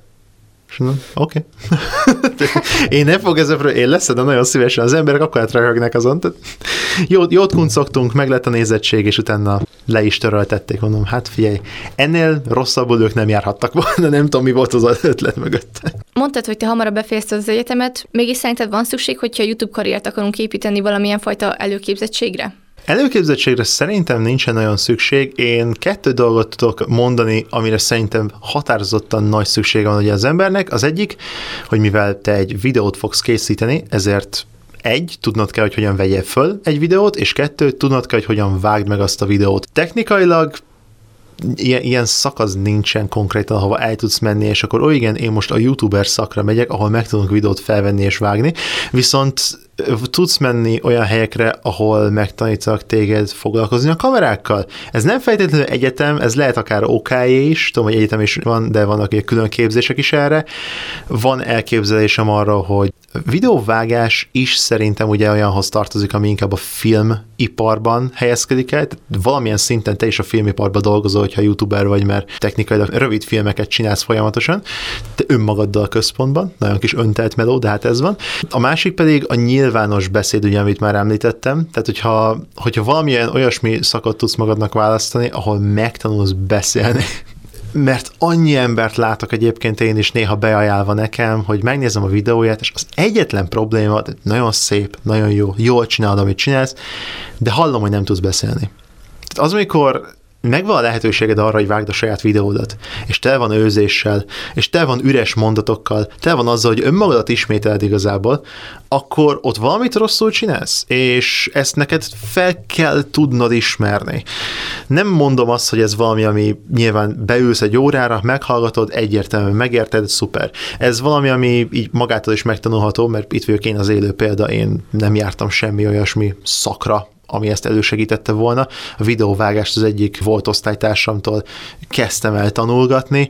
Oké. Okay. Én nem fog ezzel, én leszedem nagyon szívesen, az emberek akkor átragagnak azon. Jót, jót kuncogtunk, meg lett a nézettség, és utána le is töröltették, mondom, hát figyelj, ennél rosszabbul ők nem járhattak volna, nem tudom, mi volt az ötlet mögött. Mondtad, hogy te hamarabb befejezted az egyetemet, mégis szerinted van szükség, hogyha YouTube karriert akarunk építeni valamilyen fajta előképzettségre? Előképzettségre szerintem nincsen nagyon szükség. Én kettő dolgot tudok mondani, amire szerintem határozottan nagy szüksége van ugye az embernek. Az egyik, hogy mivel te egy videót fogsz készíteni, ezért egy, tudnod kell, hogy hogyan vegyél föl egy videót, és kettő, tudnod kell, hogy hogyan vágd meg azt a videót. Technikailag ilyen, ilyen szakasz nincsen konkrétan, ahova el tudsz menni, és akkor ó, igen, én most a youtuber szakra megyek, ahol meg tudunk videót felvenni és vágni, viszont tudsz menni olyan helyekre, ahol megtanítanak téged foglalkozni a kamerákkal. Ez nem feltétlenül egyetem, ez lehet akár ó ká jé is, tudom, hogy egyetem is van, de vannak ilyen külön képzések is erre. Van elképzelésem arra, hogy videóvágás is szerintem ugye olyanhoz tartozik, ami inkább a filmiparban helyezkedik el. Tehát valamilyen szinten te is a filmiparban dolgozol, hogyha youtuber vagy, mert technikailag rövid filmeket csinálsz folyamatosan, te önmagaddal a központban, nagyon kis öntelt meló, de hát ez van. A másik pedig a nyilvános beszéd, ugye, amit már említettem, tehát hogyha, hogyha valamilyen olyasmi szakot tudsz magadnak választani, ahol megtanulsz beszélni, mert annyi embert látok egyébként én is néha beajánlva nekem, hogy megnézem a videóját, és az egyetlen probléma, nagyon szép, nagyon jó, jól csinálod, amit csinálsz, de hallom, hogy nem tudsz beszélni. Tehát az, amikor megvan a lehetőséged arra, hogy vágd a saját videódat, és te van őzéssel, és te van üres mondatokkal, te van azzal, hogy önmagadat ismételed igazából, akkor ott valamit rosszul csinálsz, és ezt neked fel kell tudnod ismerni. Nem mondom azt, hogy ez valami, ami nyilván beülsz egy órára, meghallgatod, egyértelműen megérted, szuper. Ez valami, ami így magától is megtanulható, mert itt vagyok én az élő példa, én nem jártam semmi olyasmi szakra, ami ezt elősegítette volna. A videóvágást az egyik volt osztálytársamtól kezdtem el tanulgatni.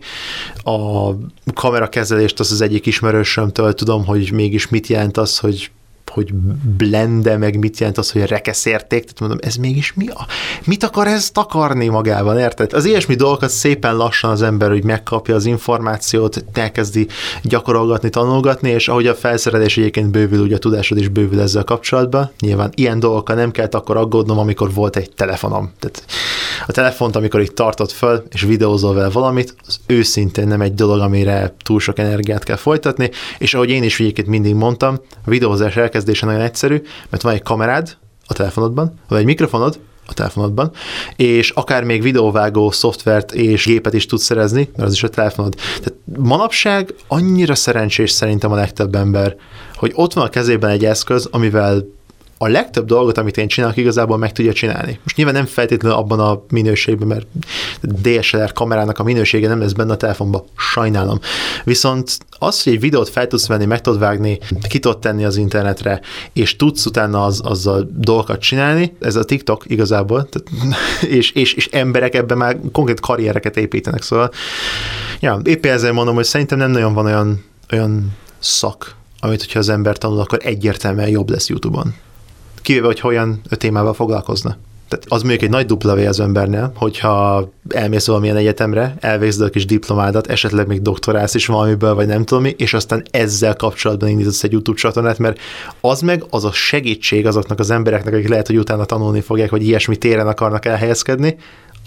A kamerakezelést az az egyik ismerősömtől tudom, hogy mégis mit jelent az, hogy hogy blende, meg mit jelent az, hogy rekeszérték, tehát mondom, ez mégis mi a... Mit akar ez takarni magában, érted? Az ilyesmi dolgokat szépen lassan az ember, hogy megkapja az információt, elkezdi gyakorolgatni, tanulgatni, és ahogy a felszerelés egyébként bővül, ugye a tudásod is bővül ezzel kapcsolatban. Nyilván ilyen dolgokkal nem kellett akkor aggódnom, amikor volt egy telefonom. Tehát a telefont, amikor itt tartod föl, és videózol vele valamit, az őszintén nem egy dolog, amire túl sok energiát kell folytatni, és ahogy én is egyébként mindig mondtam, a videózás elkezdése nagyon egyszerű, mert van egy kamerád a telefonodban, van egy mikrofonod a telefonodban, és akár még videóvágó szoftvert és gépet is tudsz szerezni, mert az is a telefonod. Tehát manapság annyira szerencsés szerintem a legtöbb ember, hogy ott van a kezében egy eszköz, amivel a legtöbb dolgot, amit én csinálok, igazából meg tudja csinálni. Most nyilván nem feltétlenül abban a minőségben, mert dé es el er kamerának a minősége nem lesz benne a telefonban, sajnálom. Viszont az, hogy egy videót fel tudsz venni, meg tudod vágni, ki tudod tenni az internetre, és tudsz utána az, azzal dolgokat csinálni, ez a TikTok igazából, tehát, és, és, és emberek ebben már konkrét karriereket építenek, szóval ja, épp ezzel mondom, hogy szerintem nem nagyon van olyan, olyan szak, amit, hogyha az ember tanul, akkor egyértelműen jobb lesz YouTube-on. Kivéve, hogy olyan témával foglalkozna. Tehát az mondjuk egy nagy dupla vé az embernél, hogyha elmész valamilyen egyetemre, elvégzed a kis diplomádat, esetleg még doktorálsz is valamiből, vagy nem tudom mi, és aztán ezzel kapcsolatban indítasz egy YouTube csatornát, mert az meg az a segítség azoknak az embereknek, akik lehet, hogy utána tanulni fogják, hogy ilyesmi téren akarnak elhelyezkedni,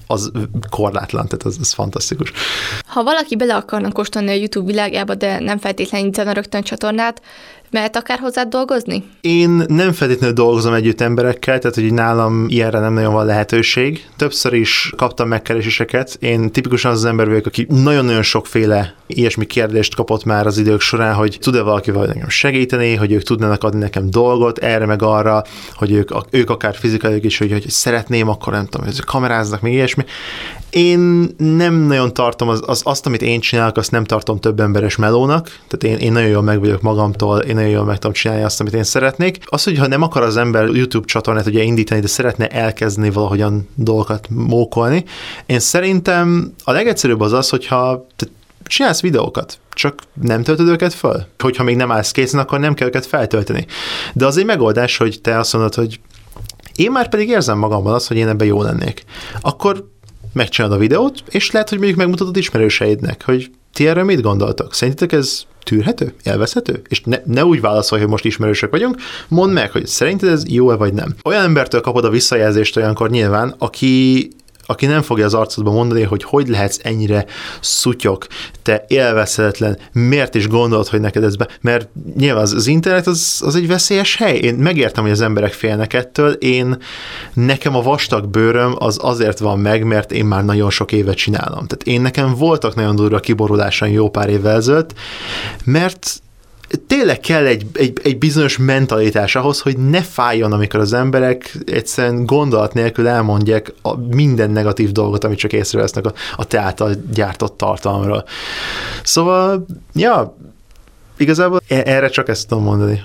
az korlátlan, tehát az, az fantasztikus. Ha valaki bele akarna kóstolni a YouTube világába, de nem feltétlenül nyitana rögtön csatornát, mehet akár hozzád dolgozni? Én nem feltétlenül dolgozom együtt emberekkel, tehát hogy nálam ilyenre nem nagyon van lehetőség. Többször is kaptam megkereséseket. Én tipikusan az az ember vagyok, aki nagyon-nagyon sokféle ilyesmi kérdést kapott már az idők során, hogy tud-e valaki valahogy nekem segíteni, hogy ők tudnának adni nekem dolgot, erre meg arra, hogy ők, ők akár fizikailag is, hogy, hogy szeretném, akkor nem tudom, hogy kameráznak, még ilyesmi. Én nem nagyon tartom az, az, azt, amit én csinálok, azt nem tartom több emberes melónak, tehát én, én nagyon jól meg vagyok magamtól, én nagyon jól meg tudom csinálni azt, amit én szeretnék. Az, hogy ha nem akar az ember YouTube csatornát ugye indítani, de szeretne elkezdeni valahogyan dolgokat mókolni, én szerintem a legegyszerűbb az az, hogyha csinálsz videókat, csak nem töltöd őket föl. Hogyha még nem állsz készen, akkor nem kell őket feltölteni. De az egy megoldás, hogy te azt mondod, hogy én már pedig érzem magamban azt, hogy én ebben jó lennék. Akkor megcsinálod a videót, és lehet, hogy mondjuk megmutatod ismerőseidnek, hogy ti erről mit gondoltok? Szerintetek ez tűrhető? Élvezhető? És ne, ne úgy válaszolj, hogy most ismerősök vagyunk, mondd meg, hogy szerinted ez jó-e vagy nem. Olyan embertől kapod a visszajelzést olyankor nyilván, aki aki nem fogja az arcodba mondani, hogy hogy lehetsz ennyire szutyok, te élvezhetetlen, miért is gondolod, hogy neked ez be... Mert nyilván az, az internet az, az egy veszélyes hely. Én megértem, hogy az emberek félnek ettől. Én, nekem a vastag bőröm az azért van meg, mert én már nagyon sok évet csinálom. Tehát én nekem voltak nagyon durva kiborulásaim jó pár évvel ezelőtt, mert tényleg kell egy, egy, egy bizonyos mentalitás ahhoz, hogy ne fájjon, amikor az emberek egyszerűen gondolat nélkül elmondják a minden negatív dolgot, amit csak észrevesznek a, a te által gyártott tartalomról. Szóval, ja, igazából erre csak ezt tudom mondani.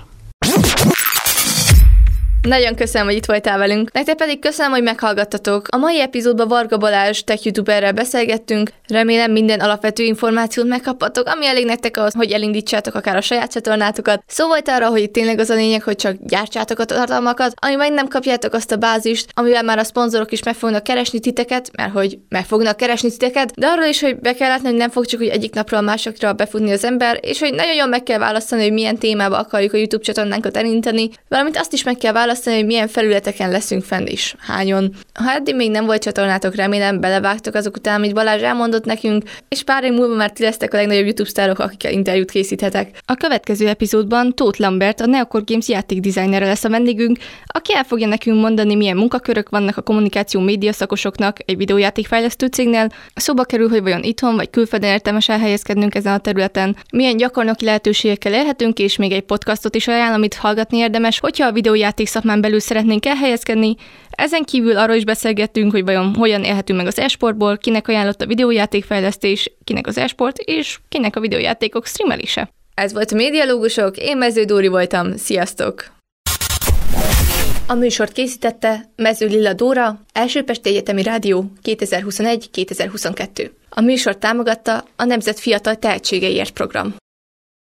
Nagyon köszönöm, hogy itt voltál velünk. Nektek pedig köszönöm, hogy meghallgattatok. A mai epizódban Varga Balázs tech youtuberrel beszélgettünk. Remélem minden alapvető információt megkaphatok, ami elég nektek ahhoz, hogy elindítsátok akár a saját csatornátokat. Szó volt arra, hogy itt tényleg az a lényeg, hogy csak gyártsátok a tartalmakat, ami meg nem kapjátok azt a bázist, amivel már a szponzorok is meg fognak keresni titeket, mert hogy meg fognak keresni titeket, de arról is, hogy be kell látni, hogy nem fog csak úgy egyik napról a másokra befutni az ember, és hogy nagyon jól meg kell választani, hogy milyen témába akarjuk a YouTube csatornánkat elindítani, valamint azt is meg kell választani, hogy milyen felületeken leszünk fenn is, hányon. Ha eddig még nem volt csatornátok, remélem belevágtok azok után, amit Balázs elmondott nekünk, és pár év múlva már ti lesztek a legnagyobb YouTube sztárok, akikkel interjút készíthetek. A következő epizódban Tóth Lambert, a Neocore Games játékdesignere lesz a vendégünk, aki el fogja nekünk mondani, milyen munkakörök vannak a kommunikáció média szakosoknak egy videójátékfejlesztő cégnél. Szóba kerül, hogy vajon itthon vagy külföldön érdemes elhelyezkednünk ezen a területen, milyen gyakornoki lehetőségekkel élhetünk, és még egy podcastot is ajánlom, amit hallgatni érdemes, hogyha a videójáték szakmán belül szeretnénk elhelyezkedni. Ezen kívül arról is beszélgettünk, hogy vajon hogyan élhetünk meg az e-sportból, kinek ajánlott a videójátékfejlesztés, kinek az e-sport, és kinek a videójátékok streamelése. Ez volt a Médialógusok, én Mező Dóri voltam, sziasztok! A műsort készítette Mező Lilla Dóra, Elsőpesti Egyetemi Rádió kétezer-huszonegy kétezer-huszonkettő. A műsort támogatta a Nemzet Fiatal Tehetségeiért program.